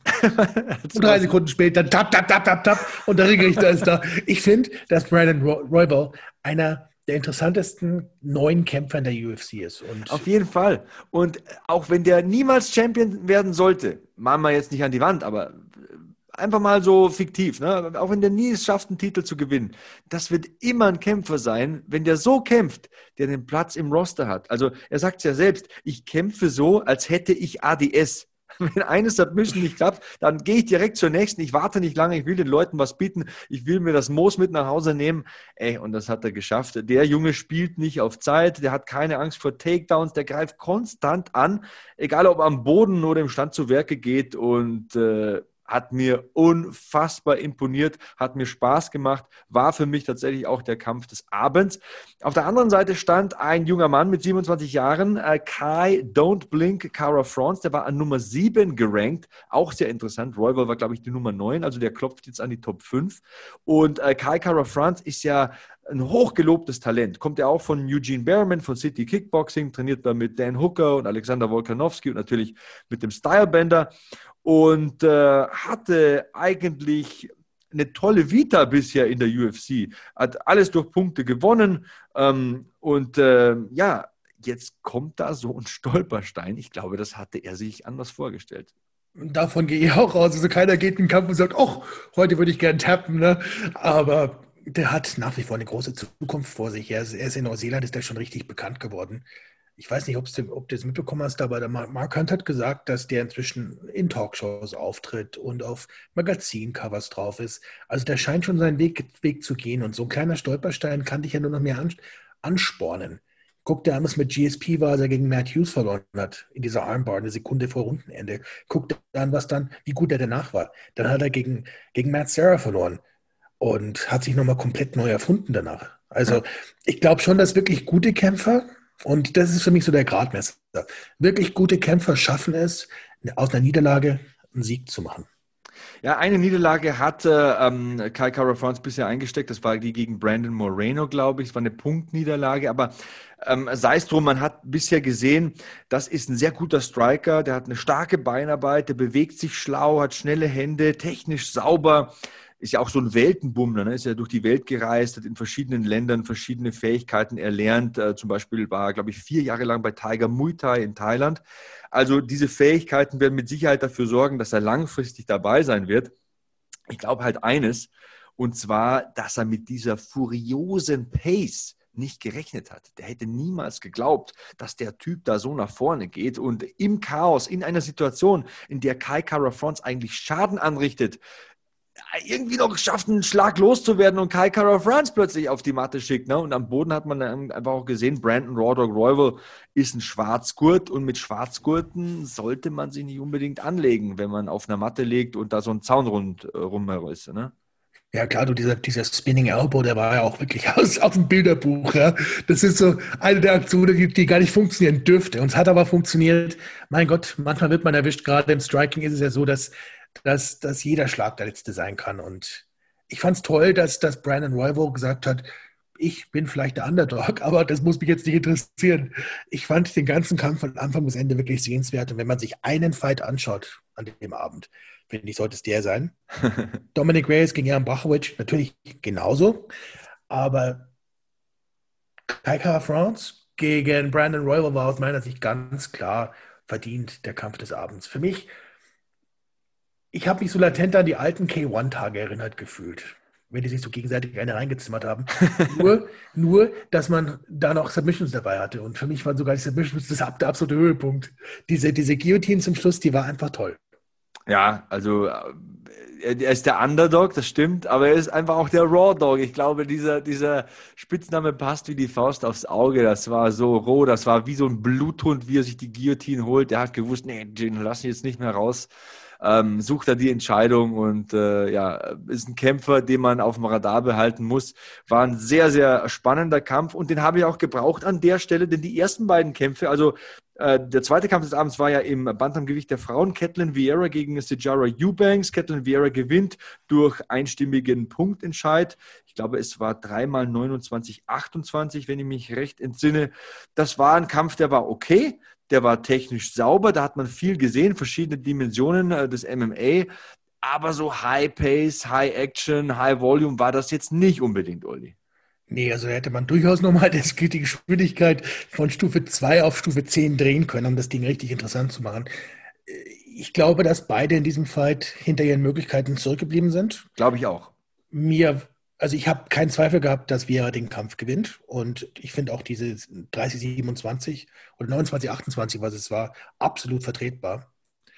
Und 3 Sekunden später, tap, und der Ringrichter ist da. Ich finde, dass Brandon Royval einer der interessantesten neuen Kämpfer in der UFC ist. Und auf jeden Fall. Und auch wenn der niemals Champion werden sollte, machen wir jetzt nicht an die Wand, aber einfach mal so fiktiv, ne? Auch wenn der nie es schafft, einen Titel zu gewinnen, das wird immer ein Kämpfer sein, wenn der so kämpft, der den Platz im Roster hat. Also er sagt es ja selbst, ich kämpfe so, als hätte ich ADS. Wenn eine Submission nicht klappt, dann gehe ich direkt zur nächsten. Ich warte nicht lange, ich will den Leuten was bieten. Ich will mir das Moos mit nach Hause nehmen. Und das hat er geschafft. Der Junge spielt nicht auf Zeit, der hat keine Angst vor Takedowns, der greift konstant an, egal ob am Boden oder im Stand zu Werke geht und hat mir unfassbar imponiert, hat mir Spaß gemacht, war für mich tatsächlich auch der Kampf des Abends. Auf der anderen Seite stand ein junger Mann mit 27 Jahren, Kai Don't Blink Kara-France, der war an Nummer 7 gerankt, auch sehr interessant. Royval war, glaube ich, die Nummer 9, also der klopft jetzt an die Top 5. Und Kai Kara-France ist ja ein hochgelobtes Talent. Kommt ja auch von Eugene Behrman, von City Kickboxing, trainiert da mit Dan Hooker und Alexander Volkanovski und natürlich mit dem Stylebender. Und hatte eigentlich eine tolle Vita bisher in der UFC. Hat alles durch Punkte gewonnen. Jetzt kommt da so ein Stolperstein. Ich glaube, das hatte er sich anders vorgestellt. Davon gehe ich auch raus. Also keiner geht in den Kampf und sagt, ach, heute würde ich gern tappen. Ne? Aber der hat nach wie vor eine große Zukunft vor sich. Er ist in Neuseeland, ist er schon richtig bekannt geworden. Ich weiß nicht, ob du das mitbekommen hast, aber der Mark Hunt hat gesagt, dass der inzwischen in Talkshows auftritt und auf Magazincovers drauf ist. Also der scheint schon seinen Weg zu gehen. Und so ein kleiner Stolperstein kann dich ja nur noch mehr anspornen. Guck dir an, was mit GSP war, als er gegen Matt Hughes verloren hat, in dieser Armbar, eine Sekunde vor Rundenende. Guck dir an, wie gut er danach war. Dann hat er gegen Matt Serra verloren und hat sich nochmal komplett neu erfunden danach. Also ich glaube schon, dass wirklich gute Kämpfer, und das ist für mich so der Gradmesser, wirklich gute Kämpfer schaffen es, aus einer Niederlage einen Sieg zu machen. Ja, eine Niederlage hat Kai Kara-France bisher eingesteckt. Das war die gegen Brandon Moreno, glaube ich. Es war eine Punktniederlage. Aber sei es drum, man hat bisher gesehen, das ist ein sehr guter Striker. Der hat eine starke Beinarbeit, der bewegt sich schlau, hat schnelle Hände, technisch sauber. Ist ja auch so ein Weltenbummler, ne? Ist ja durch die Welt gereist, hat in verschiedenen Ländern verschiedene Fähigkeiten erlernt. Zum Beispiel war er, glaube ich, 4 Jahre lang bei Tiger Muay Thai in Thailand. Also diese Fähigkeiten werden mit Sicherheit dafür sorgen, dass er langfristig dabei sein wird. Ich glaube halt eines, und zwar, dass er mit dieser furiosen Pace nicht gerechnet hat. Der hätte niemals geglaubt, dass der Typ da so nach vorne geht und im Chaos, in einer Situation, in der Kai Kara-France eigentlich Schaden anrichtet, irgendwie noch schafft, einen Schlag loszuwerden und Kai Kara-France plötzlich auf die Matte schickt. Ne? Und am Boden hat man einfach auch gesehen, Brandon Raw Dog Royval ist ein Schwarzgurt und mit Schwarzgurten sollte man sich nicht unbedingt anlegen, wenn man auf einer Matte liegt und da so ein Zaun rum ist. Ne? Ja klar, dieser Spinning Elbow, der war ja auch wirklich aus dem Bilderbuch. Ja? Das ist so eine der Aktionen, die gar nicht funktionieren dürfte. Und es hat aber funktioniert. Mein Gott, manchmal wird man erwischt. Gerade im Striking ist es ja so, dass jeder Schlag der letzte sein kann. Und ich fand es toll, dass Brandon Royval gesagt hat, ich bin vielleicht der Underdog, aber das muss mich jetzt nicht interessieren. Ich fand den ganzen Kampf von Anfang bis Ende wirklich sehenswert. Und wenn man sich einen Fight anschaut an dem Abend, finde ich, sollte es der sein. Dominic Reyes gegen Jan Blachowicz natürlich genauso. Aber Kai Kara-France gegen Brandon Royval war aus meiner Sicht ganz klar verdient der Kampf des Abends. Für mich, ich habe mich so latent an die alten K1-Tage erinnert gefühlt, wenn die sich so gegenseitig eine reingezimmert haben. nur, dass man da noch Submissions dabei hatte. Und für mich waren sogar die Submissions der absolute Höhepunkt. Diese Guillotine zum Schluss, die war einfach toll. Ja, also er ist der Underdog, das stimmt, aber er ist einfach auch der Raw Dog. Ich glaube, dieser Spitzname passt wie die Faust aufs Auge. Das war so roh, das war wie so ein Bluthund, wie er sich die Guillotine holt. Der hat gewusst, nee, Jin, lass ihn jetzt nicht mehr raus. Sucht er die Entscheidung und ist ein Kämpfer, den man auf dem Radar behalten muss. War ein sehr, sehr spannender Kampf und den habe ich auch gebraucht an der Stelle, denn die ersten beiden Kämpfe, also der zweite Kampf des Abends war ja im Bantamgewicht der Frauen, Ketlen Vieira gegen Sijara Eubanks. Ketlen Vieira gewinnt durch einstimmigen Punktentscheid. Ich glaube, es war 3x29-28, wenn ich mich recht entsinne. Das war ein Kampf, der war okay. Der war technisch sauber, da hat man viel gesehen, verschiedene Dimensionen des MMA, aber so High Pace, High Action, High Volume war das jetzt nicht unbedingt, Olli. Nee, also hätte man durchaus nochmal die Geschwindigkeit von Stufe 2 auf Stufe 10 drehen können, um das Ding richtig interessant zu machen. Ich glaube, dass beide in diesem Fight hinter ihren Möglichkeiten zurückgeblieben sind. Glaube ich auch. Also ich habe keinen Zweifel gehabt, dass Vieira den Kampf gewinnt. Und ich finde auch diese 30-27 oder 29-28, was es war, absolut vertretbar.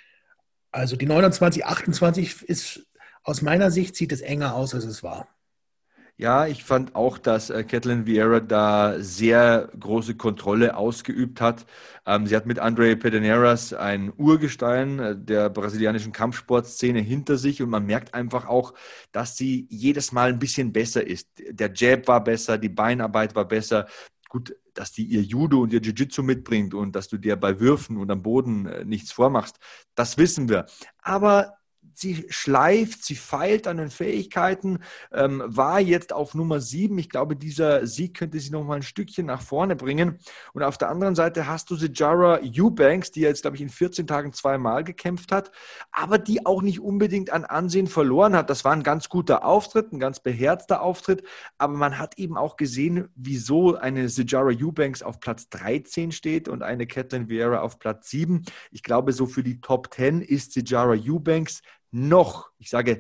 Also die 29-28 ist, aus meiner Sicht, sieht es enger aus, als es war. Ja, ich fand auch, dass Ketlen Vieira da sehr große Kontrolle ausgeübt hat. Sie hat mit Andre Pederneiras ein Urgestein der brasilianischen Kampfsportszene hinter sich und man merkt einfach auch, dass sie jedes Mal ein bisschen besser ist. Der Jab war besser, die Beinarbeit war besser. Gut, dass die ihr Judo und ihr Jiu-Jitsu mitbringt und dass du dir bei Würfen und am Boden nichts vormachst, das wissen wir. Aber sie schleift, sie feilt an den Fähigkeiten, war jetzt auf Nummer 7. Ich glaube, dieser Sieg könnte sie noch mal ein Stückchen nach vorne bringen. Und auf der anderen Seite hast du Sijara Eubanks, die jetzt, glaube ich, in 14 Tagen 2-mal gekämpft hat, aber die auch nicht unbedingt an Ansehen verloren hat. Das war ein ganz guter Auftritt, ein ganz beherzter Auftritt, aber man hat eben auch gesehen, wieso eine Sijara Eubanks auf Platz 13 steht und eine Ketlen Vieira auf Platz 7. Ich glaube, so für die Top 10 ist Sijara Eubanks noch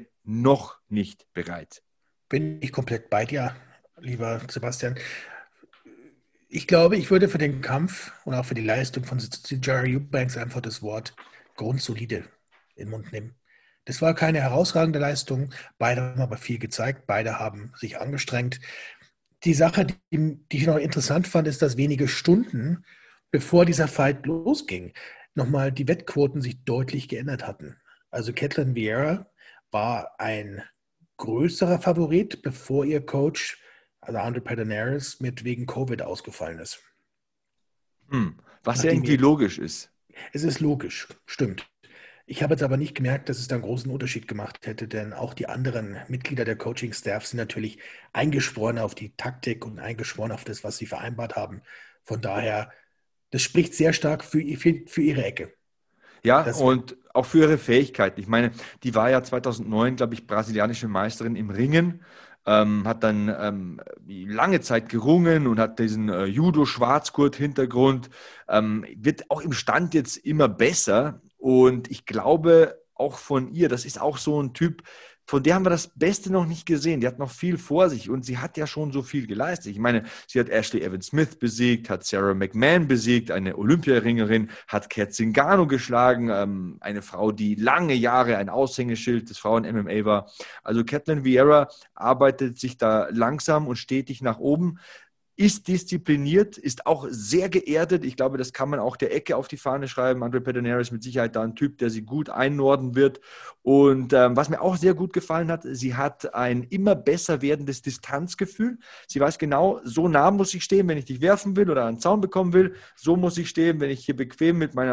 nicht bereit. Bin ich komplett bei dir, lieber Sebastian. Ich glaube, ich würde für den Kampf und auch für die Leistung von Sijara Eubanks einfach das Wort grundsolide in den Mund nehmen. Das war keine herausragende Leistung. Beide haben aber viel gezeigt. Beide haben sich angestrengt. Die Sache, die ich noch interessant fand, ist, dass wenige Stunden, bevor dieser Fight losging, nochmal die Wettquoten sich deutlich geändert hatten. Also Ketlen Vieira war ein größerer Favorit, bevor ihr Coach, also Andre Pederneiras, mit wegen Covid ausgefallen ist. Was ja irgendwie logisch ist. Es ist logisch, stimmt. Ich habe jetzt aber nicht gemerkt, dass es da einen großen Unterschied gemacht hätte, denn auch die anderen Mitglieder der Coaching-Staff sind natürlich eingeschworen auf die Taktik und eingeschworen auf das, was sie vereinbart haben. Von daher, das spricht sehr stark für ihre Ecke. Ja, und auch für ihre Fähigkeiten. Ich meine, die war ja 2009, glaube ich, brasilianische Meisterin im Ringen, hat dann lange Zeit gerungen und hat diesen Judo-Schwarzgurt-Hintergrund, wird auch im Stand jetzt immer besser. Und ich glaube auch von ihr, das ist auch so ein Typ, von der haben wir das Beste noch nicht gesehen. Die hat noch viel vor sich und sie hat ja schon so viel geleistet. Ich meine, sie hat Ashley Evans Smith besiegt, hat Sarah McMahon besiegt, eine Olympiaringerin, hat Kat Zingano geschlagen, eine Frau, die lange Jahre ein Aushängeschild des Frauen-MMA war. Also Ketlen Vieira arbeitet sich da langsam und stetig nach oben. Ist diszipliniert, ist auch sehr geerdet. Ich glaube, das kann man auch der Ecke auf die Fahne schreiben. Andre Pederneiras ist mit Sicherheit da ein Typ, der sie gut einnorden wird. Und was mir auch sehr gut gefallen hat, sie hat ein immer besser werdendes Distanzgefühl. Sie weiß genau, so nah muss ich stehen, wenn ich dich werfen will oder einen Zaun bekommen will. So muss ich stehen, wenn ich hier bequem mit meinen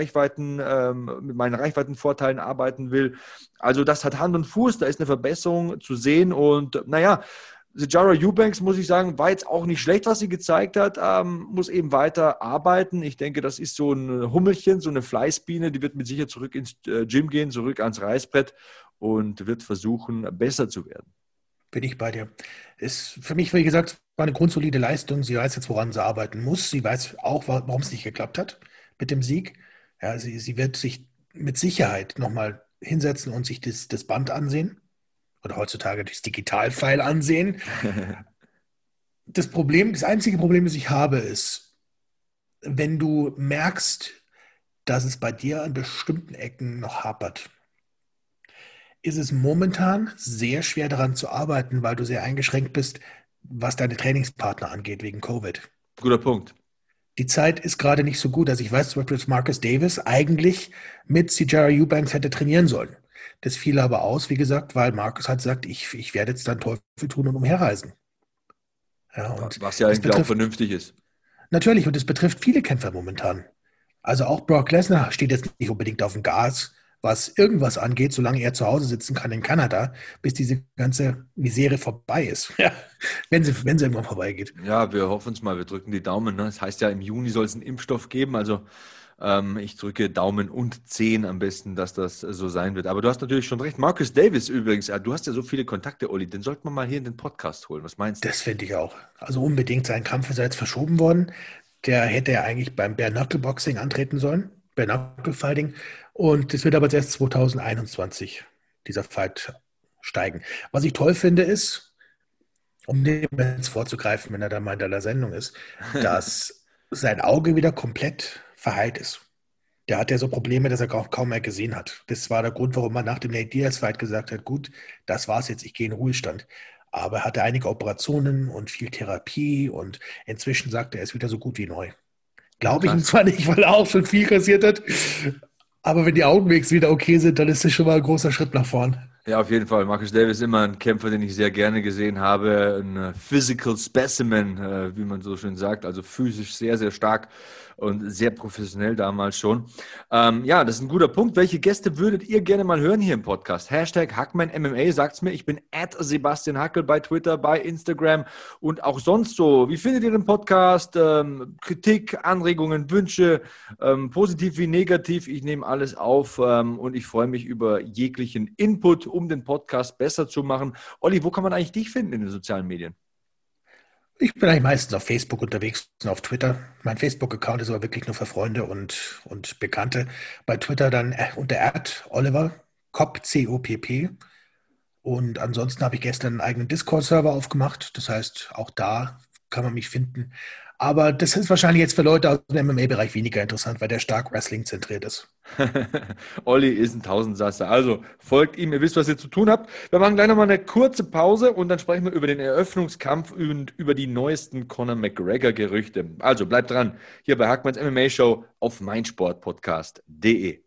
Reichweitenvorteilen arbeiten will. Also das hat Hand und Fuß, da ist eine Verbesserung zu sehen. Und naja, Sijara Eubanks, muss ich sagen, war jetzt auch nicht schlecht, was sie gezeigt hat, muss eben weiter arbeiten. Ich denke, das ist so ein Hummelchen, so eine Fleißbiene, die wird mit Sicherheit zurück ins Gym gehen, zurück ans Reißbrett und wird versuchen, besser zu werden. Bin ich bei dir. Ist für mich, wie gesagt, war eine grundsolide Leistung. Sie weiß jetzt, woran sie arbeiten muss. Sie weiß auch, warum es nicht geklappt hat mit dem Sieg. Ja, sie wird sich mit Sicherheit nochmal hinsetzen und sich das Band ansehen. Oder heutzutage das Digitalfile ansehen. Das einzige Problem, das ich habe, ist, wenn du merkst, dass es bei dir an bestimmten Ecken noch hapert, ist es momentan sehr schwer daran zu arbeiten, weil du sehr eingeschränkt bist, was deine Trainingspartner angeht, wegen Covid. Guter Punkt. Die Zeit ist gerade nicht so gut. Also ich weiß zum Beispiel, dass Marcus Davis eigentlich mit Sijara Eubanks hätte trainieren sollen. Das fiel aber aus, wie gesagt, weil Marcus hat gesagt, ich werde jetzt dann Teufel tun und umherreisen. Ja, und was ja eigentlich auch vernünftig ist. Natürlich, und es betrifft viele Kämpfer momentan. Also auch Brock Lesnar steht jetzt nicht unbedingt auf dem Gas, was irgendwas angeht, solange er zu Hause sitzen kann in Kanada, bis diese ganze Misere vorbei ist. Ja, wenn sie irgendwann vorbeigeht. Ja, wir hoffen es mal, wir drücken die Daumen. Ne? Das heißt ja, im Juni soll es einen Impfstoff geben, also ich drücke Daumen und 10 am besten, dass das so sein wird. Aber du hast natürlich schon recht. Marcus Davis übrigens, du hast ja so viele Kontakte, Olli, den sollte man mal hier in den Podcast holen. Was meinst du? Das finde ich auch. Also unbedingt, sein Kampf ist jetzt verschoben worden. Der hätte ja eigentlich beim Bare-Knuckle-Boxing antreten sollen, Bare-Knuckle-Fighting. Und das wird aber erst 2021, dieser Fight, steigen. Was ich toll finde ist, um dem jetzt vorzugreifen, wenn er da mal in der Sendung ist, dass sein Auge wieder komplett verheilt ist. Der hat ja so Probleme, dass er auch kaum mehr gesehen hat. Das war der Grund, warum man nach dem Nate Diaz-Fight gesagt hat, gut, das war's jetzt, ich gehe in Ruhestand. Aber er hatte einige Operationen und viel Therapie und inzwischen sagt er ist wieder so gut wie neu. Glaube ich ihm zwar nicht, weil er auch schon viel kassiert hat, aber wenn die Augenwegs wieder okay sind, dann ist das schon mal ein großer Schritt nach vorn. Ja, auf jeden Fall. Marcus Davis ist immer ein Kämpfer, den ich sehr gerne gesehen habe. Ein Physical Specimen, wie man so schön sagt. Also physisch sehr, sehr stark und sehr professionell damals schon. Ja, das ist ein guter Punkt. Welche Gäste würdet ihr gerne mal hören hier im Podcast? Hashtag HackmanMMA, sagt's mir. Ich bin @Sebastian Hackel bei Twitter, bei Instagram und auch sonst so. Wie findet ihr den Podcast? Kritik, Anregungen, Wünsche, positiv wie negativ. Ich nehme alles auf und ich freue mich über jeglichen Input, um den Podcast besser zu machen. Olli, wo kann man eigentlich dich finden in den sozialen Medien? Ich bin eigentlich meistens auf Facebook unterwegs und auf Twitter. Mein Facebook-Account ist aber wirklich nur für Freunde und Bekannte. Bei Twitter dann unter @Oliver Kopp, COPP. Und ansonsten habe ich gestern einen eigenen Discord-Server aufgemacht. Das heißt, auch da kann man mich finden. Aber das ist wahrscheinlich jetzt für Leute aus dem MMA-Bereich weniger interessant, weil der stark Wrestling-zentriert ist. Olli ist ein Tausendsasser. Also folgt ihm, ihr wisst, was ihr zu tun habt. Wir machen gleich nochmal eine kurze Pause und dann sprechen wir über den Eröffnungskampf und über die neuesten Conor McGregor-Gerüchte. Also bleibt dran, hier bei Hackmanns MMA-Show auf meinsportpodcast.de.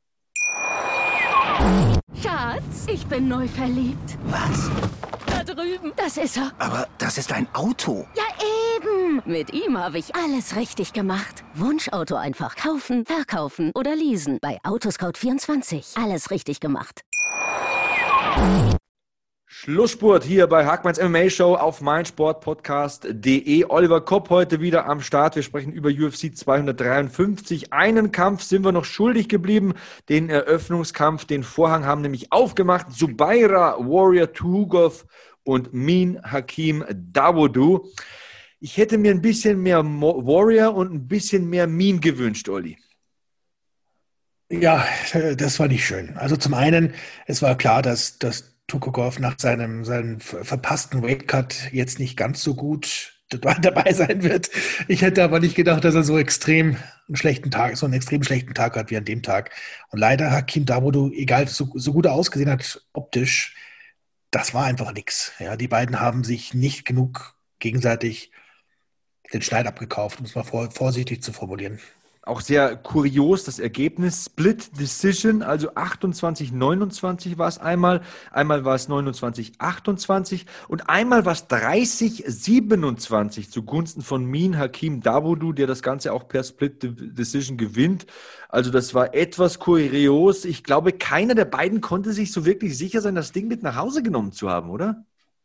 Schatz, ich bin neu verliebt. Was? Da drüben. Das ist er. Aber das ist ein Auto. Ja, eben. Mit ihm habe ich alles richtig gemacht. Wunschauto einfach kaufen, verkaufen oder leasen. Bei Autoscout24. Alles richtig gemacht. Schlussspurt hier bei Hackmanns MMA-Show auf meinsportpodcast.de. Oliver Kopp heute wieder am Start. Wir sprechen über UFC 253. Einen Kampf sind wir noch schuldig geblieben. Den Eröffnungskampf, den Vorhang haben nämlich aufgemacht Zubaira Warrior Tukhugov und Min Hakeem Dawodu. Ich hätte mir ein bisschen mehr Warrior und ein bisschen mehr Min gewünscht, Olli. Ja, das war nicht schön. Also zum einen, es war klar, dass Tukhugov nach seinem verpassten Weightcut jetzt nicht ganz so gut dabei sein wird. Ich hätte aber nicht gedacht, dass er so einen extrem schlechten Tag hat wie an dem Tag. Und leider Hakeem Dawodu, egal so gut er ausgesehen hat optisch, das war einfach nichts. Ja, die beiden haben sich nicht genug gegenseitig den Schneid abgekauft, um es mal vorsichtig zu formulieren. Auch sehr kurios das Ergebnis. Split Decision, also 28-29 war es einmal war es 29-28 und einmal war es 30-27 zugunsten von Min Hakeem Dawodu, der das Ganze auch per Split Decision gewinnt. Also das war etwas kurios. Ich glaube, keiner der beiden konnte sich so wirklich sicher sein, das Ding mit nach Hause genommen zu haben, oder?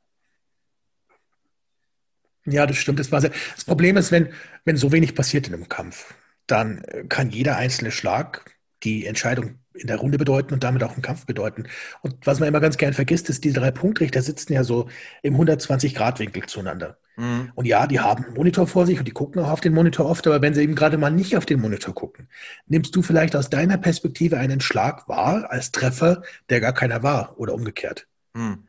Ja, das stimmt. Das Problem ist, wenn so wenig passiert in einem Kampf, dann kann jeder einzelne Schlag die Entscheidung in der Runde bedeuten und damit auch einen Kampf bedeuten. Und was man immer ganz gern vergisst, ist, die 3 Punktrichter sitzen ja so im 120-Grad-Winkel zueinander. Mhm. Und ja, die haben einen Monitor vor sich und die gucken auch auf den Monitor oft, aber wenn sie eben gerade mal nicht auf den Monitor gucken, nimmst du vielleicht aus deiner Perspektive einen Schlag wahr als Treffer, der gar keiner war oder umgekehrt. Mhm.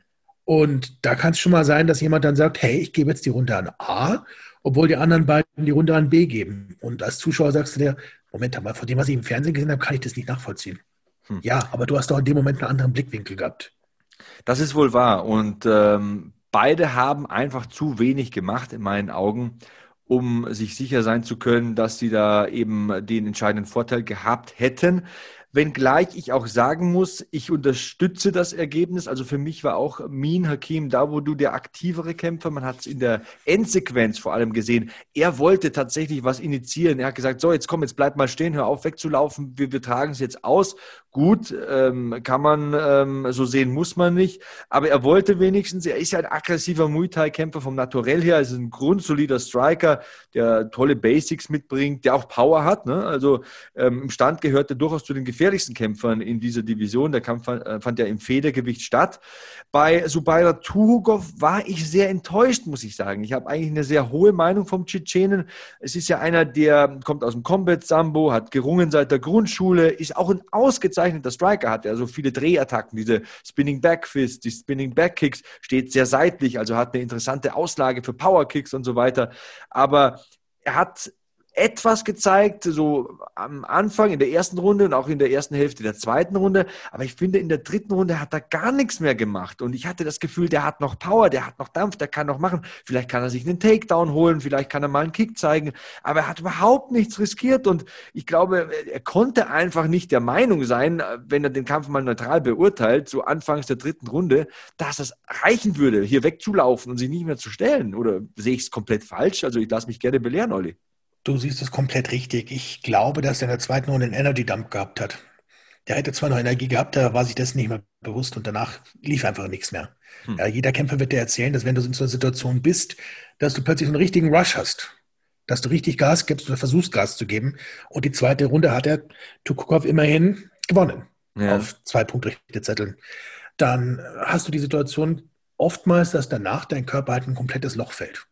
Und da kann es schon mal sein, dass jemand dann sagt, hey, ich gebe jetzt die Runde an A, obwohl die anderen beiden die Runde an B geben. Und als Zuschauer sagst du dir, Moment mal, von dem, was ich im Fernsehen gesehen habe, kann ich das nicht nachvollziehen. Ja, aber du hast doch in dem Moment einen anderen Blickwinkel gehabt. Das ist wohl wahr. Und beide haben einfach zu wenig gemacht, in meinen Augen, um sich sicher sein zu können, dass sie da eben den entscheidenden Vorteil gehabt hätten. Wenngleich ich auch sagen muss, ich unterstütze das Ergebnis. Also für mich war auch Min Hakeem Dawodu der aktivere Kämpfer. Man hat es in der Endsequenz vor allem gesehen. Er wollte tatsächlich was initiieren. Er hat gesagt, so jetzt komm, jetzt bleib mal stehen, hör auf wegzulaufen. Wir tragen es jetzt aus. Gut, kann man so sehen, muss man nicht. Aber er wollte wenigstens, er ist ja ein aggressiver Muay Thai-Kämpfer vom Naturell her. Er ist ein grundsolider Striker, der tolle Basics mitbringt, der auch Power hat. Ne? Also im Stand gehört er durchaus zu den gefährlichsten Kämpfern in dieser Division. Der Kampf fand ja im Federgewicht statt. Bei Zubaira Tukhugov war ich sehr enttäuscht, muss ich sagen. Ich habe eigentlich eine sehr hohe Meinung vom Tschetschenen. Es ist ja einer, der kommt aus dem Combat Sambo, hat gerungen seit der Grundschule, ist auch ein ausgezeichneter Striker, hat ja so viele Drehattacken, diese Spinning Back Fists, die Spinning Back Kicks, steht sehr seitlich, also hat eine interessante Auslage für Power Kicks und so weiter. Aber er hat etwas gezeigt, so am Anfang in der ersten Runde und auch in der ersten Hälfte der zweiten Runde. Aber ich finde, in der dritten Runde hat er gar nichts mehr gemacht. Und ich hatte das Gefühl, der hat noch Power, der hat noch Dampf, der kann noch machen. Vielleicht kann er sich einen Takedown holen, vielleicht kann er mal einen Kick zeigen. Aber er hat überhaupt nichts riskiert. Und ich glaube, er konnte einfach nicht der Meinung sein, wenn er den Kampf mal neutral beurteilt, so anfangs der dritten Runde, dass es reichen würde, hier wegzulaufen und sich nicht mehr zu stellen. Oder sehe ich es komplett falsch? Also ich lasse mich gerne belehren, Olli. Du siehst es komplett richtig. Ich glaube, dass er in der zweiten Runde einen Energy-Dump gehabt hat. Der hätte zwar noch Energie gehabt, da war sich das nicht mehr bewusst und danach lief einfach nichts mehr. Ja, jeder Kämpfer wird dir erzählen, dass wenn du in so einer Situation bist, dass du plötzlich einen richtigen Rush hast. Dass du richtig Gas gibst oder versuchst Gas zu geben. Und die zweite Runde hat der Tukhugov immerhin gewonnen. Ja. Auf 2 Punktrichterzetteln. Dann hast du die Situation oftmals, dass danach dein Körper halt ein komplettes Loch fällt.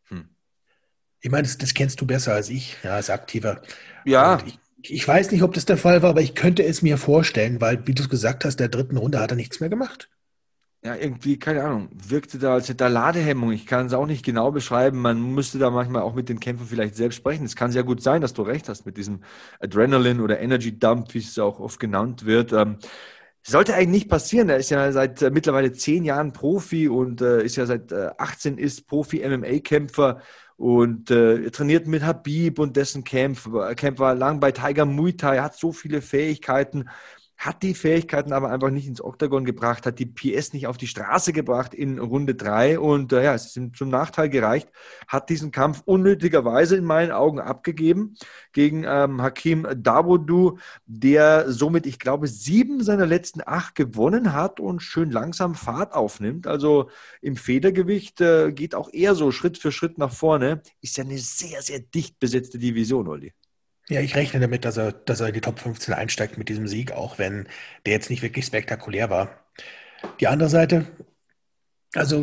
Ich meine, das kennst du besser als ich, ja, als Aktiver. Ja. Ich weiß nicht, ob das der Fall war, aber ich könnte es mir vorstellen, weil, wie du es gesagt hast, der dritten Runde hat er nichts mehr gemacht. ja, irgendwie, keine Ahnung, wirkte da, als hätte er Ladehemmung. Ich kann es auch nicht genau beschreiben. Man müsste da manchmal auch mit den Kämpfern vielleicht selbst sprechen. Es kann sehr gut sein, dass du recht hast mit diesem Adrenaline oder Energy Dump, wie es auch oft genannt wird. Sollte eigentlich nicht passieren. Er ist ja seit mittlerweile 10 Jahren Profi und ist ja seit 18 ist Profi-MMA-Kämpfer und er trainiert mit Habib und dessen Kämpfer lang bei Tiger Muay Thai, hat so viele Fähigkeiten. Hat die Fähigkeiten aber einfach nicht ins Oktagon gebracht, hat die PS nicht auf die Straße gebracht in Runde 3 und ja, es ist ihm zum Nachteil gereicht, hat diesen Kampf unnötigerweise in meinen Augen abgegeben gegen Hakeem Dawodu, der somit, ich glaube, 7 seiner letzten 8 gewonnen hat und schön langsam Fahrt aufnimmt. Also im Federgewicht geht auch eher so Schritt für Schritt nach vorne. Ist ja eine sehr, sehr dicht besetzte Division, Olli. Ja, ich rechne damit, dass er in die Top 15 einsteigt mit diesem Sieg, auch wenn der jetzt nicht wirklich spektakulär war. Die andere Seite, also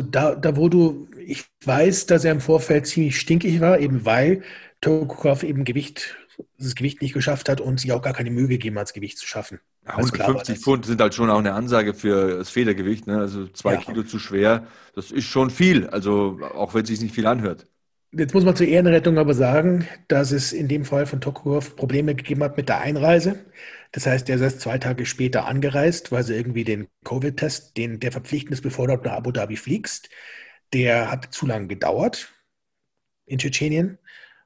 ich weiß, dass er im Vorfeld ziemlich stinkig war, eben weil Tokokov eben das Gewicht nicht geschafft hat und sich auch gar keine Mühe gegeben hat, das Gewicht zu schaffen. Ja, Als klar war 150 das. Pfund sind halt schon auch eine Ansage für das Federgewicht, ne? Also 2 Ja. Kilo zu schwer, das ist schon viel, also auch wenn es sich nicht viel anhört. Jetzt muss man zur Ehrenrettung aber sagen, dass es in dem Fall von Tokokov Probleme gegeben hat mit der Einreise. Das heißt, er ist erst 2 Tage später angereist, weil sie irgendwie den Covid-Test, der verpflichtend ist, bevor du nach Abu Dhabi fliegst, der hat zu lange gedauert in Tschetschenien.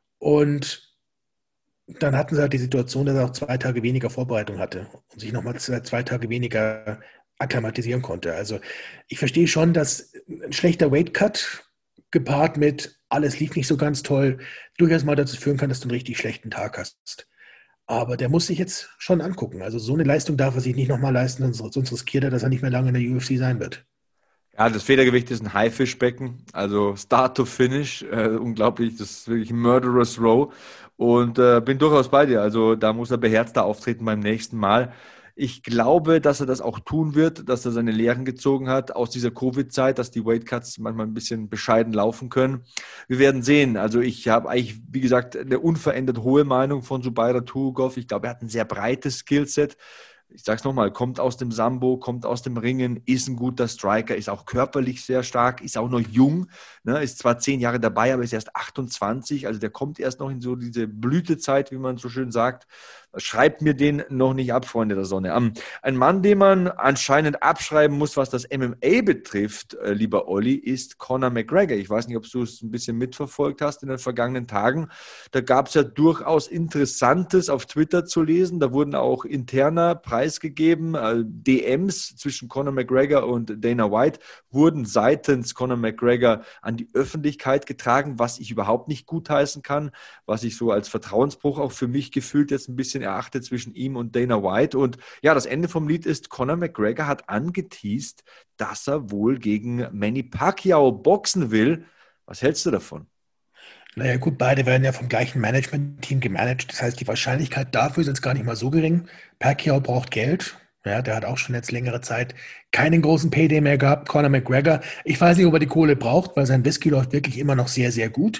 Und dann hatten sie halt die Situation, dass er auch 2 Tage weniger Vorbereitung hatte und sich nochmal 2 Tage weniger akklimatisieren konnte. Also ich verstehe schon, dass ein schlechter Weightcut gepaart mit alles lief nicht so ganz toll, durchaus mal dazu führen kann, dass du einen richtig schlechten Tag hast. Aber der muss sich jetzt schon angucken. Also so eine Leistung darf er sich nicht nochmal leisten, sonst riskiert er, dass er nicht mehr lange in der UFC sein wird. Ja, das Federgewicht ist ein Haifischbecken, also Start to Finish, unglaublich, das ist wirklich ein Murderous Row und bin durchaus bei dir, also da muss er beherzter auftreten beim nächsten Mal. Ich glaube, dass er das auch tun wird, dass er seine Lehren gezogen hat aus dieser Covid-Zeit, dass die Weightcuts manchmal ein bisschen bescheiden laufen können. Wir werden sehen. Also ich habe eigentlich, wie gesagt, eine unverändert hohe Meinung von Zubaira Tukhugov. Ich glaube, er hat ein sehr breites Skillset. Ich sage es nochmal, kommt aus dem Sambo, kommt aus dem Ringen, ist ein guter Striker, ist auch körperlich sehr stark, ist auch noch jung, ne, ist zwar 10 Jahre dabei, aber ist erst 28, also der kommt erst noch in so diese Blütezeit, wie man so schön sagt. Schreibt mir den noch nicht ab, Freunde der Sonne. Ein Mann, den man anscheinend abschreiben muss, was das MMA betrifft, lieber Olli, ist Conor McGregor. Ich weiß nicht, ob du es ein bisschen mitverfolgt hast in den vergangenen Tagen. Da gab es ja durchaus Interessantes auf Twitter zu lesen. Da wurden auch interner preisgegeben. DMs zwischen Conor McGregor und Dana White wurden seitens Conor McGregor an die Öffentlichkeit getragen, was ich überhaupt nicht gutheißen kann, was ich so als Vertrauensbruch auch für mich gefühlt jetzt ein bisschen erachte zwischen ihm und Dana White. Und ja, das Ende vom Lied ist, Conor McGregor hat angeteast, dass er wohl gegen Manny Pacquiao boxen will. Was hältst du davon? Naja gut, beide werden ja vom gleichen Management-Team gemanagt. Das heißt, die Wahrscheinlichkeit dafür ist jetzt gar nicht mal so gering. Pacquiao braucht Geld. Ja, der hat auch schon jetzt längere Zeit keinen großen Payday mehr gehabt. Conor McGregor, ich weiß nicht, ob er die Kohle braucht, weil sein Whisky läuft wirklich immer noch sehr, sehr gut.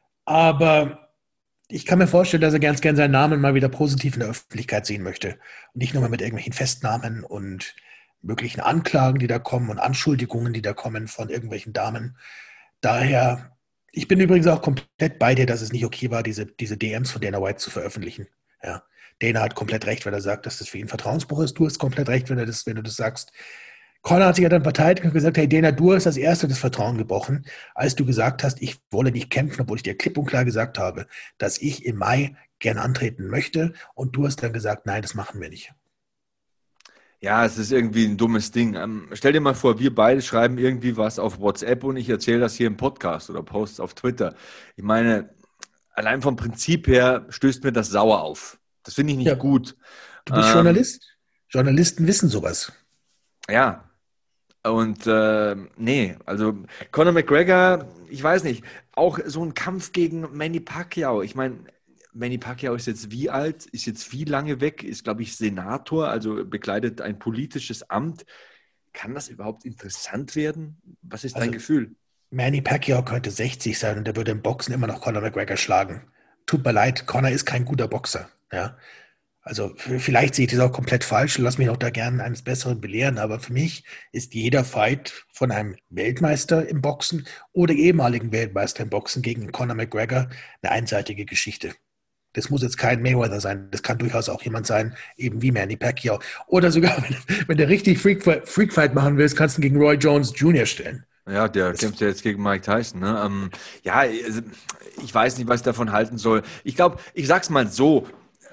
Aber ich kann mir vorstellen, dass er ganz gern seinen Namen mal wieder positiv in der Öffentlichkeit sehen möchte. Und nicht nur mal mit irgendwelchen Festnahmen und möglichen Anklagen, die da kommen und Anschuldigungen, die da kommen von irgendwelchen Damen. Daher, ich bin übrigens auch komplett bei dir, dass es nicht okay war, diese DMs von Dana White zu veröffentlichen. Ja. Dana hat komplett recht, wenn er sagt, dass das für ihn Vertrauensbruch ist. Du hast komplett recht, wenn du das sagst. Conor hat sich ja dann verteidigt und gesagt, hey Dana, du hast als Erster das Vertrauen gebrochen, als du gesagt hast, ich wolle nicht kämpfen, obwohl ich dir klipp und klar gesagt habe, dass ich im Mai gern antreten möchte. Und du hast dann gesagt, nein, das machen wir nicht. Ja, es ist irgendwie ein dummes Ding. Stell dir mal vor, wir beide schreiben irgendwie was auf WhatsApp und ich erzähle das hier im Podcast oder poste auf Twitter. Ich meine, allein vom Prinzip her stößt mir das sauer auf. Das finde ich nicht gut. Du bist Journalist. Journalisten wissen sowas. Ja, und nee, also Conor McGregor, ich weiß nicht, auch so ein Kampf gegen Manny Pacquiao. Ich meine, Manny Pacquiao ist jetzt wie alt, ist jetzt wie lange weg, ist, glaube ich, Senator, also bekleidet ein politisches Amt. Kann das überhaupt interessant werden? Was ist dein Gefühl? Manny Pacquiao könnte 60 sein und der würde im Boxen immer noch Conor McGregor schlagen. Tut mir leid, Conor ist kein guter Boxer. Ja. Also vielleicht sehe ich das auch komplett falsch und lass mich auch da gerne eines Besseren belehren, aber für mich ist jeder Fight von einem Weltmeister im Boxen oder ehemaligen Weltmeister im Boxen gegen Conor McGregor eine einseitige Geschichte. Das muss jetzt kein Mayweather sein, das kann durchaus auch jemand sein, eben wie Manny Pacquiao. Oder sogar, wenn du richtig Freakfight machen willst, kannst du ihn gegen Roy Jones Jr. stellen. Ja, der kämpft ja jetzt gegen Mike Tyson. Ne? Ja, also, ich weiß nicht, was ich davon halten soll. Ich glaube, ich sag's mal so,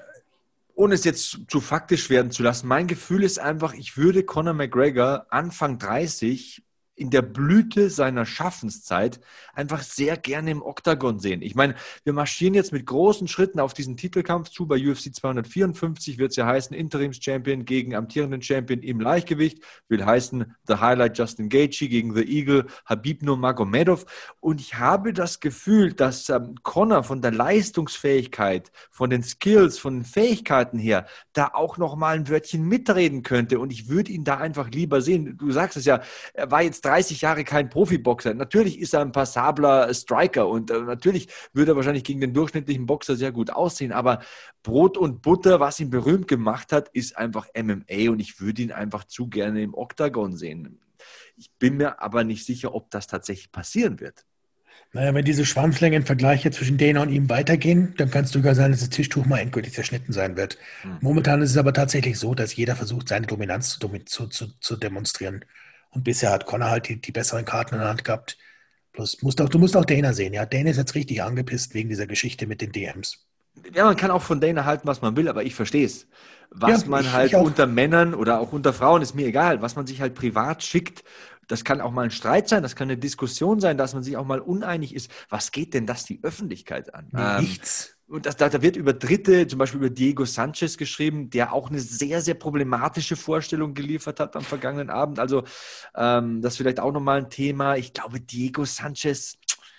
ohne es jetzt zu faktisch werden zu lassen, mein Gefühl ist einfach, ich würde Conor McGregor Anfang 30 in der Blüte seiner Schaffenszeit einfach sehr gerne im Oktagon sehen. Ich meine, wir marschieren jetzt mit großen Schritten auf diesen Titelkampf zu. Bei UFC 254 wird es ja heißen, Interims-Champion gegen amtierenden Champion im Leichtgewicht. Will heißen, The Highlight Justin Gaethje gegen The Eagle Khabib Nurmagomedov. Und ich habe das Gefühl, dass Conor von der Leistungsfähigkeit, von den Skills, von den Fähigkeiten her, da auch noch mal ein Wörtchen mitreden könnte. Und ich würde ihn da einfach lieber sehen. Du sagst es ja, er war jetzt 30 Jahre kein Profiboxer. Natürlich ist er ein passabler Striker und natürlich würde er wahrscheinlich gegen den durchschnittlichen Boxer sehr gut aussehen, aber Brot und Butter, was ihn berühmt gemacht hat, ist einfach MMA und ich würde ihn einfach zu gerne im Oktagon sehen. Ich bin mir aber nicht sicher, ob das tatsächlich passieren wird. Naja, wenn diese Schwanzlängenvergleiche zwischen Dana und ihm weitergehen, dann kann es durchaus sein, dass das Tischtuch mal endgültig zerschnitten sein wird. Momentan ist es aber tatsächlich so, dass jeder versucht, seine Dominanz zu demonstrieren. Und bisher hat Conor halt die besseren Karten in der Hand gehabt. Plus, du musst auch Dana sehen. Ja, Dana ist jetzt richtig angepisst wegen dieser Geschichte mit den DMs. Ja, man kann auch von Dana halten, was man will, aber ich verstehe es. Was Ja, man halt unter Männern oder auch unter Frauen, ist mir egal. Was man sich halt privat schickt, das kann auch mal ein Streit sein, das kann eine Diskussion sein, dass man sich auch mal uneinig ist. Was geht denn das die Öffentlichkeit an? Nichts. Und da wird über Dritte, zum Beispiel über Diego Sanchez geschrieben, der auch eine sehr, sehr problematische Vorstellung geliefert hat am vergangenen Abend. Also das ist vielleicht auch nochmal ein Thema. Ich glaube, Diego Sanchez,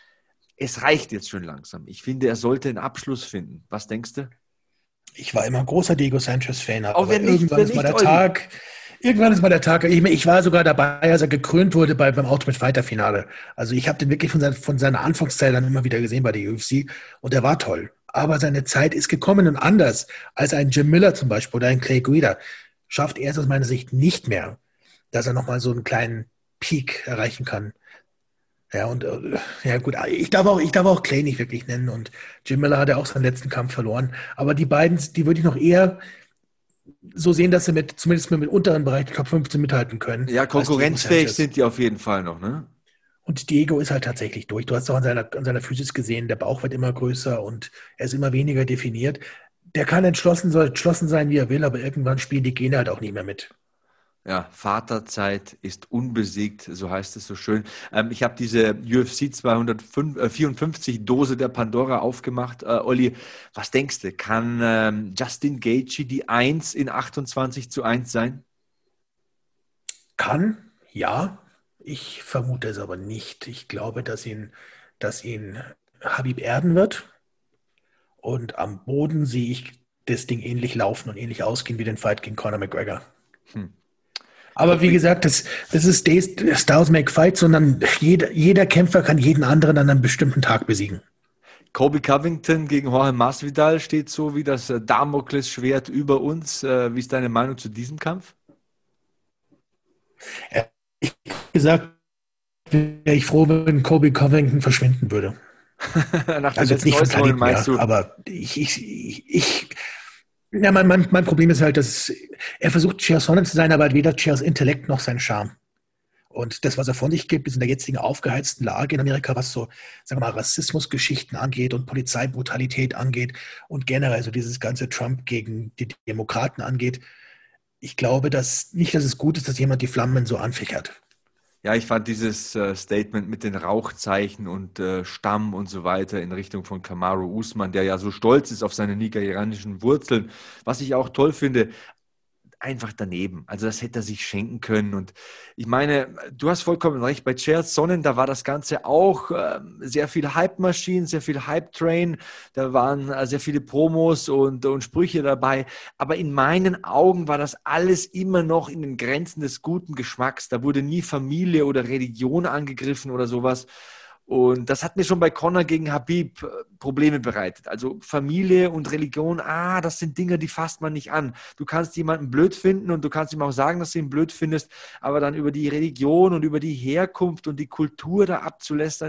es reicht jetzt schon langsam. Ich finde, er sollte einen Abschluss finden. Was denkst du? Ich war immer ein großer Diego Sanchez-Fan, Auch aber wenn nicht, irgendwann ist mal der Tag. Irgendwann ist mal der Tag. Ich war sogar dabei, als er gekrönt wurde beim Ultimate Fighter Finale. Also ich habe den wirklich von seiner Anfangszeit dann immer wieder gesehen bei der UFC und er war toll. Aber seine Zeit ist gekommen und anders als ein Jim Miller zum Beispiel oder ein Clay Guida schafft er es aus meiner Sicht nicht mehr, dass er nochmal so einen kleinen Peak erreichen kann. Ja, und ja gut, ich darf auch Clay nicht wirklich nennen und Jim Miller hat ja auch seinen letzten Kampf verloren. Aber die beiden, die würde ich noch eher so sehen, dass sie zumindest mit unteren Bereich Top 15 mithalten können. Ja, konkurrenzfähig sind die auf jeden Fall noch, ne? Und Diego ist halt tatsächlich durch. Du hast auch an seiner Physis gesehen, der Bauch wird immer größer und er ist immer weniger definiert. Der kann entschlossen sein, wie er will, aber irgendwann spielen die Gene halt auch nicht mehr mit. Ja, Vaterzeit ist unbesiegt, so heißt es so schön. Ich habe diese UFC 254 Dose der Pandora aufgemacht. Olli, was denkst du? Kann Justin Gaethje die 1 in 28:1 sein? Kann, ja. Ich vermute es aber nicht. Ich glaube, dass ihn Khabib erden wird. Und am Boden sehe ich das Ding ähnlich laufen und ähnlich ausgehen wie den Fight gegen Conor McGregor. Aber wie gesagt, das ist Styles Make Fight, sondern jeder Kämpfer kann jeden anderen an einem bestimmten Tag besiegen. Colby Covington gegen Jorge Masvidal steht so wie das Damoklesschwert über uns. Wie ist deine Meinung zu diesem Kampf? Ehrlich gesagt, wäre ich froh, wenn Colby Covington verschwinden würde. Nach der Also letzten nicht von Äußerung Talib meinst mehr, du? aber ja, mein Problem ist halt, dass er versucht, Chael Sonnen zu sein, aber hat weder Chaels Intellekt noch seinen Charme. Und das, was er von sich gibt, ist in der jetzigen aufgeheizten Lage in Amerika, was so, sagen wir mal, Rassismusgeschichten angeht und Polizeibrutalität angeht und generell so dieses ganze Trump gegen die Demokraten angeht. Ich glaube, dass es gut ist, dass jemand die Flammen so anfächert. Ja, ich fand dieses Statement mit den Rauchzeichen und Stamm und so weiter in Richtung von Kamaru Usman, der ja so stolz ist auf seine nigerianischen Wurzeln, was ich auch toll finde, einfach daneben. Also das hätte er sich schenken können. Und ich meine, du hast vollkommen recht, bei Chael Sonnen, da war das Ganze auch sehr viel Hype-Maschinen, sehr viel Hype-Train, da waren sehr viele Promos und Sprüche dabei. Aber in meinen Augen war das alles immer noch in den Grenzen des guten Geschmacks. Da wurde nie Familie oder Religion angegriffen oder sowas. Und das hat mir schon bei Conor gegen Khabib Probleme bereitet. Also Familie und Religion, das sind Dinge, die fasst man nicht an. Du kannst jemanden blöd finden und du kannst ihm auch sagen, dass du ihn blöd findest, aber dann über die Religion und über die Herkunft und die Kultur da abzulästern,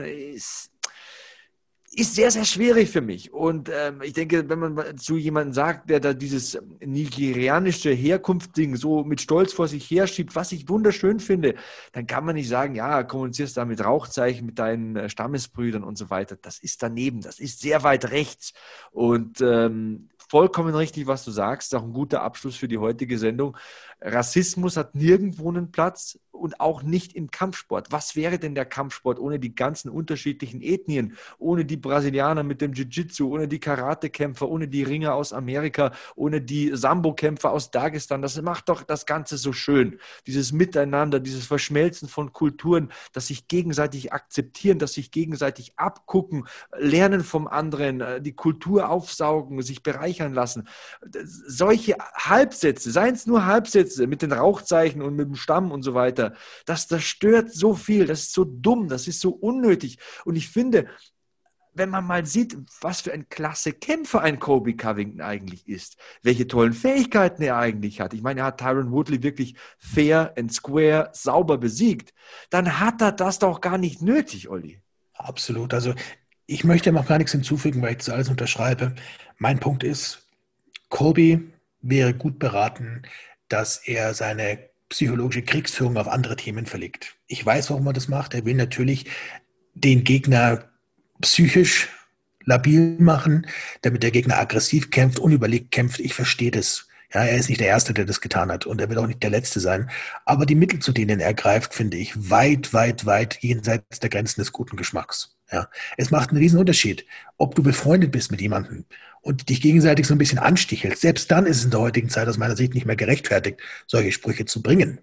ist sehr, sehr schwierig für mich. Und ich denke, wenn man zu jemandem sagt, der da dieses nigerianische Herkunftsding so mit Stolz vor sich herschiebt, was ich wunderschön finde, dann kann man nicht sagen, ja, kommunizierst da mit Rauchzeichen, mit deinen Stammesbrüdern und so weiter. Das ist daneben, das ist sehr weit rechts. Und vollkommen richtig, was du sagst, auch ein guter Abschluss für die heutige Sendung. Rassismus hat nirgendwo einen Platz und auch nicht im Kampfsport. Was wäre denn der Kampfsport ohne die ganzen unterschiedlichen Ethnien, ohne die Brasilianer mit dem Jiu-Jitsu, ohne die Karatekämpfer, ohne die Ringer aus Amerika, ohne die Sambo-Kämpfer aus Dagestan? Das macht doch das Ganze so schön. Dieses Miteinander, dieses Verschmelzen von Kulturen, das sich gegenseitig akzeptieren, das sich gegenseitig abgucken, lernen vom anderen, die Kultur aufsaugen, sich bereichern lassen. Solche Halbsätze, seien es nur Halbsätze mit den Rauchzeichen und mit dem Stamm und so weiter, das stört so viel, das ist so dumm, das ist so unnötig. Und ich finde, wenn man mal sieht, was für ein klasse Kämpfer ein Colby Covington eigentlich ist, welche tollen Fähigkeiten er eigentlich hat. Ich meine, er hat Tyron Woodley wirklich fair and square, sauber besiegt. Dann hat er das doch gar nicht nötig, Olli. Absolut. Also ich möchte noch gar nichts hinzufügen, weil ich das alles unterschreibe. Mein Punkt ist, Colby wäre gut beraten, dass er seine psychologische Kriegsführung auf andere Themen verlegt. Ich weiß, warum er das macht. Er will natürlich den Gegner psychisch labil machen, damit der Gegner aggressiv kämpft, unüberlegt kämpft. Ich verstehe das. Ja, er ist nicht der Erste, der das getan hat und er will auch nicht der Letzte sein. Aber die Mittel, zu denen er greift, finde ich weit, weit, weit jenseits der Grenzen des guten Geschmacks. Ja, es macht einen riesen Unterschied, ob du befreundet bist mit jemandem und dich gegenseitig so ein bisschen anstichelst. Selbst dann ist es in der heutigen Zeit aus meiner Sicht nicht mehr gerechtfertigt, solche Sprüche zu bringen.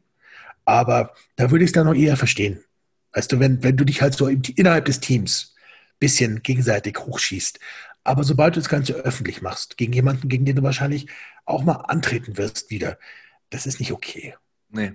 Aber da würde ich es dann noch eher verstehen. Weißt du, wenn du dich halt so innerhalb des Teams ein bisschen gegenseitig hochschießt. Aber sobald du das Ganze öffentlich machst, gegen jemanden, gegen den du wahrscheinlich auch mal antreten wirst wieder, das ist nicht okay. Nee.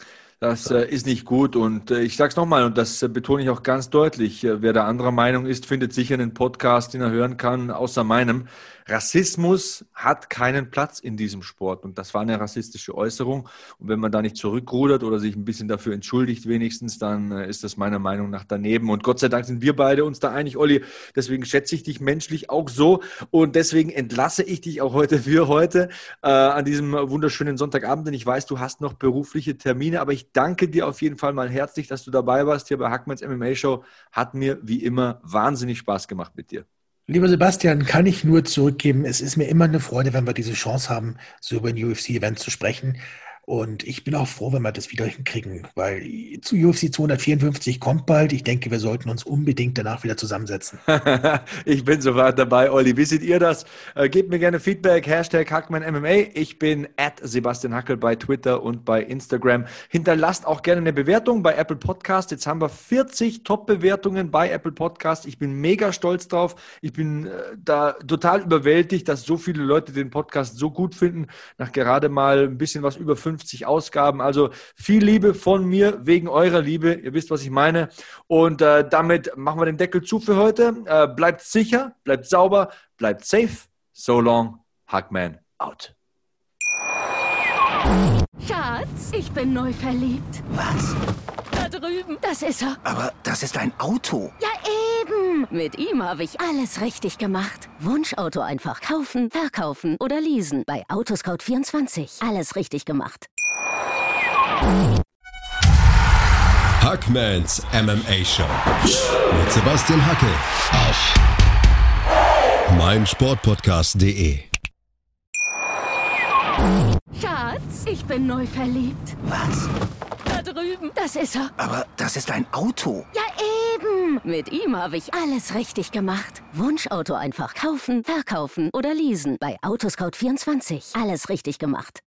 Das ist nicht gut und ich sage es nochmal und das betone ich auch ganz deutlich. Wer da anderer Meinung ist, findet sicher einen Podcast, den er hören kann, außer meinem. Rassismus hat keinen Platz in diesem Sport und das war eine rassistische Äußerung. Und wenn man da nicht zurückrudert oder sich ein bisschen dafür entschuldigt wenigstens, dann ist das meiner Meinung nach daneben. Und Gott sei Dank sind wir beide uns da einig, Olli. Deswegen schätze ich dich menschlich auch so und deswegen entlasse ich dich auch heute für heute an diesem wunderschönen Sonntagabend. Denn ich weiß, du hast noch berufliche Termine, aber ich danke dir auf jeden Fall mal herzlich, dass du dabei warst hier bei Hackmans MMA Show. Hat mir wie immer wahnsinnig Spaß gemacht mit dir. Lieber Sebastian, kann ich nur zurückgeben, es ist mir immer eine Freude, wenn wir diese Chance haben, so über ein UFC-Event zu sprechen. Und ich bin auch froh, wenn wir das wieder hinkriegen, weil zu UFC 254 kommt bald. Ich denke, wir sollten uns unbedingt danach wieder zusammensetzen. Ich bin soweit dabei, Olli. Wie seht ihr das? Gebt mir gerne Feedback, #HackmanMMA. Ich bin @SebastianHackel bei Twitter und bei Instagram. Hinterlasst auch gerne eine Bewertung bei Apple Podcast. Jetzt haben wir 40 Top-Bewertungen bei Apple Podcast. Ich bin mega stolz drauf. Ich bin da total überwältigt, dass so viele Leute den Podcast so gut finden. Nach gerade mal ein bisschen was über 50 Ausgaben. Also viel Liebe von mir wegen eurer Liebe. Ihr wisst, was ich meine. Und damit machen wir den Deckel zu für heute. Bleibt sicher, bleibt sauber, bleibt safe. So long, Hackman out. Schatz, ich bin neu verliebt. Was? Da drüben. Das ist er. Aber das ist ein Auto. Ja, eben. Mit ihm habe ich alles richtig gemacht. Wunschauto einfach kaufen, verkaufen oder leasen. Bei Autoscout24. Alles richtig gemacht. Hackmans MMA Show mit Sebastian Hackel auf meinsportpodcast.de. Schatz, ich bin neu verliebt. Was? Da drüben. Das ist er. Aber das ist ein Auto. Ja, eben. Mit ihm habe ich alles richtig gemacht. Wunschauto einfach kaufen, verkaufen oder leasen. Bei Autoscout24. Alles richtig gemacht.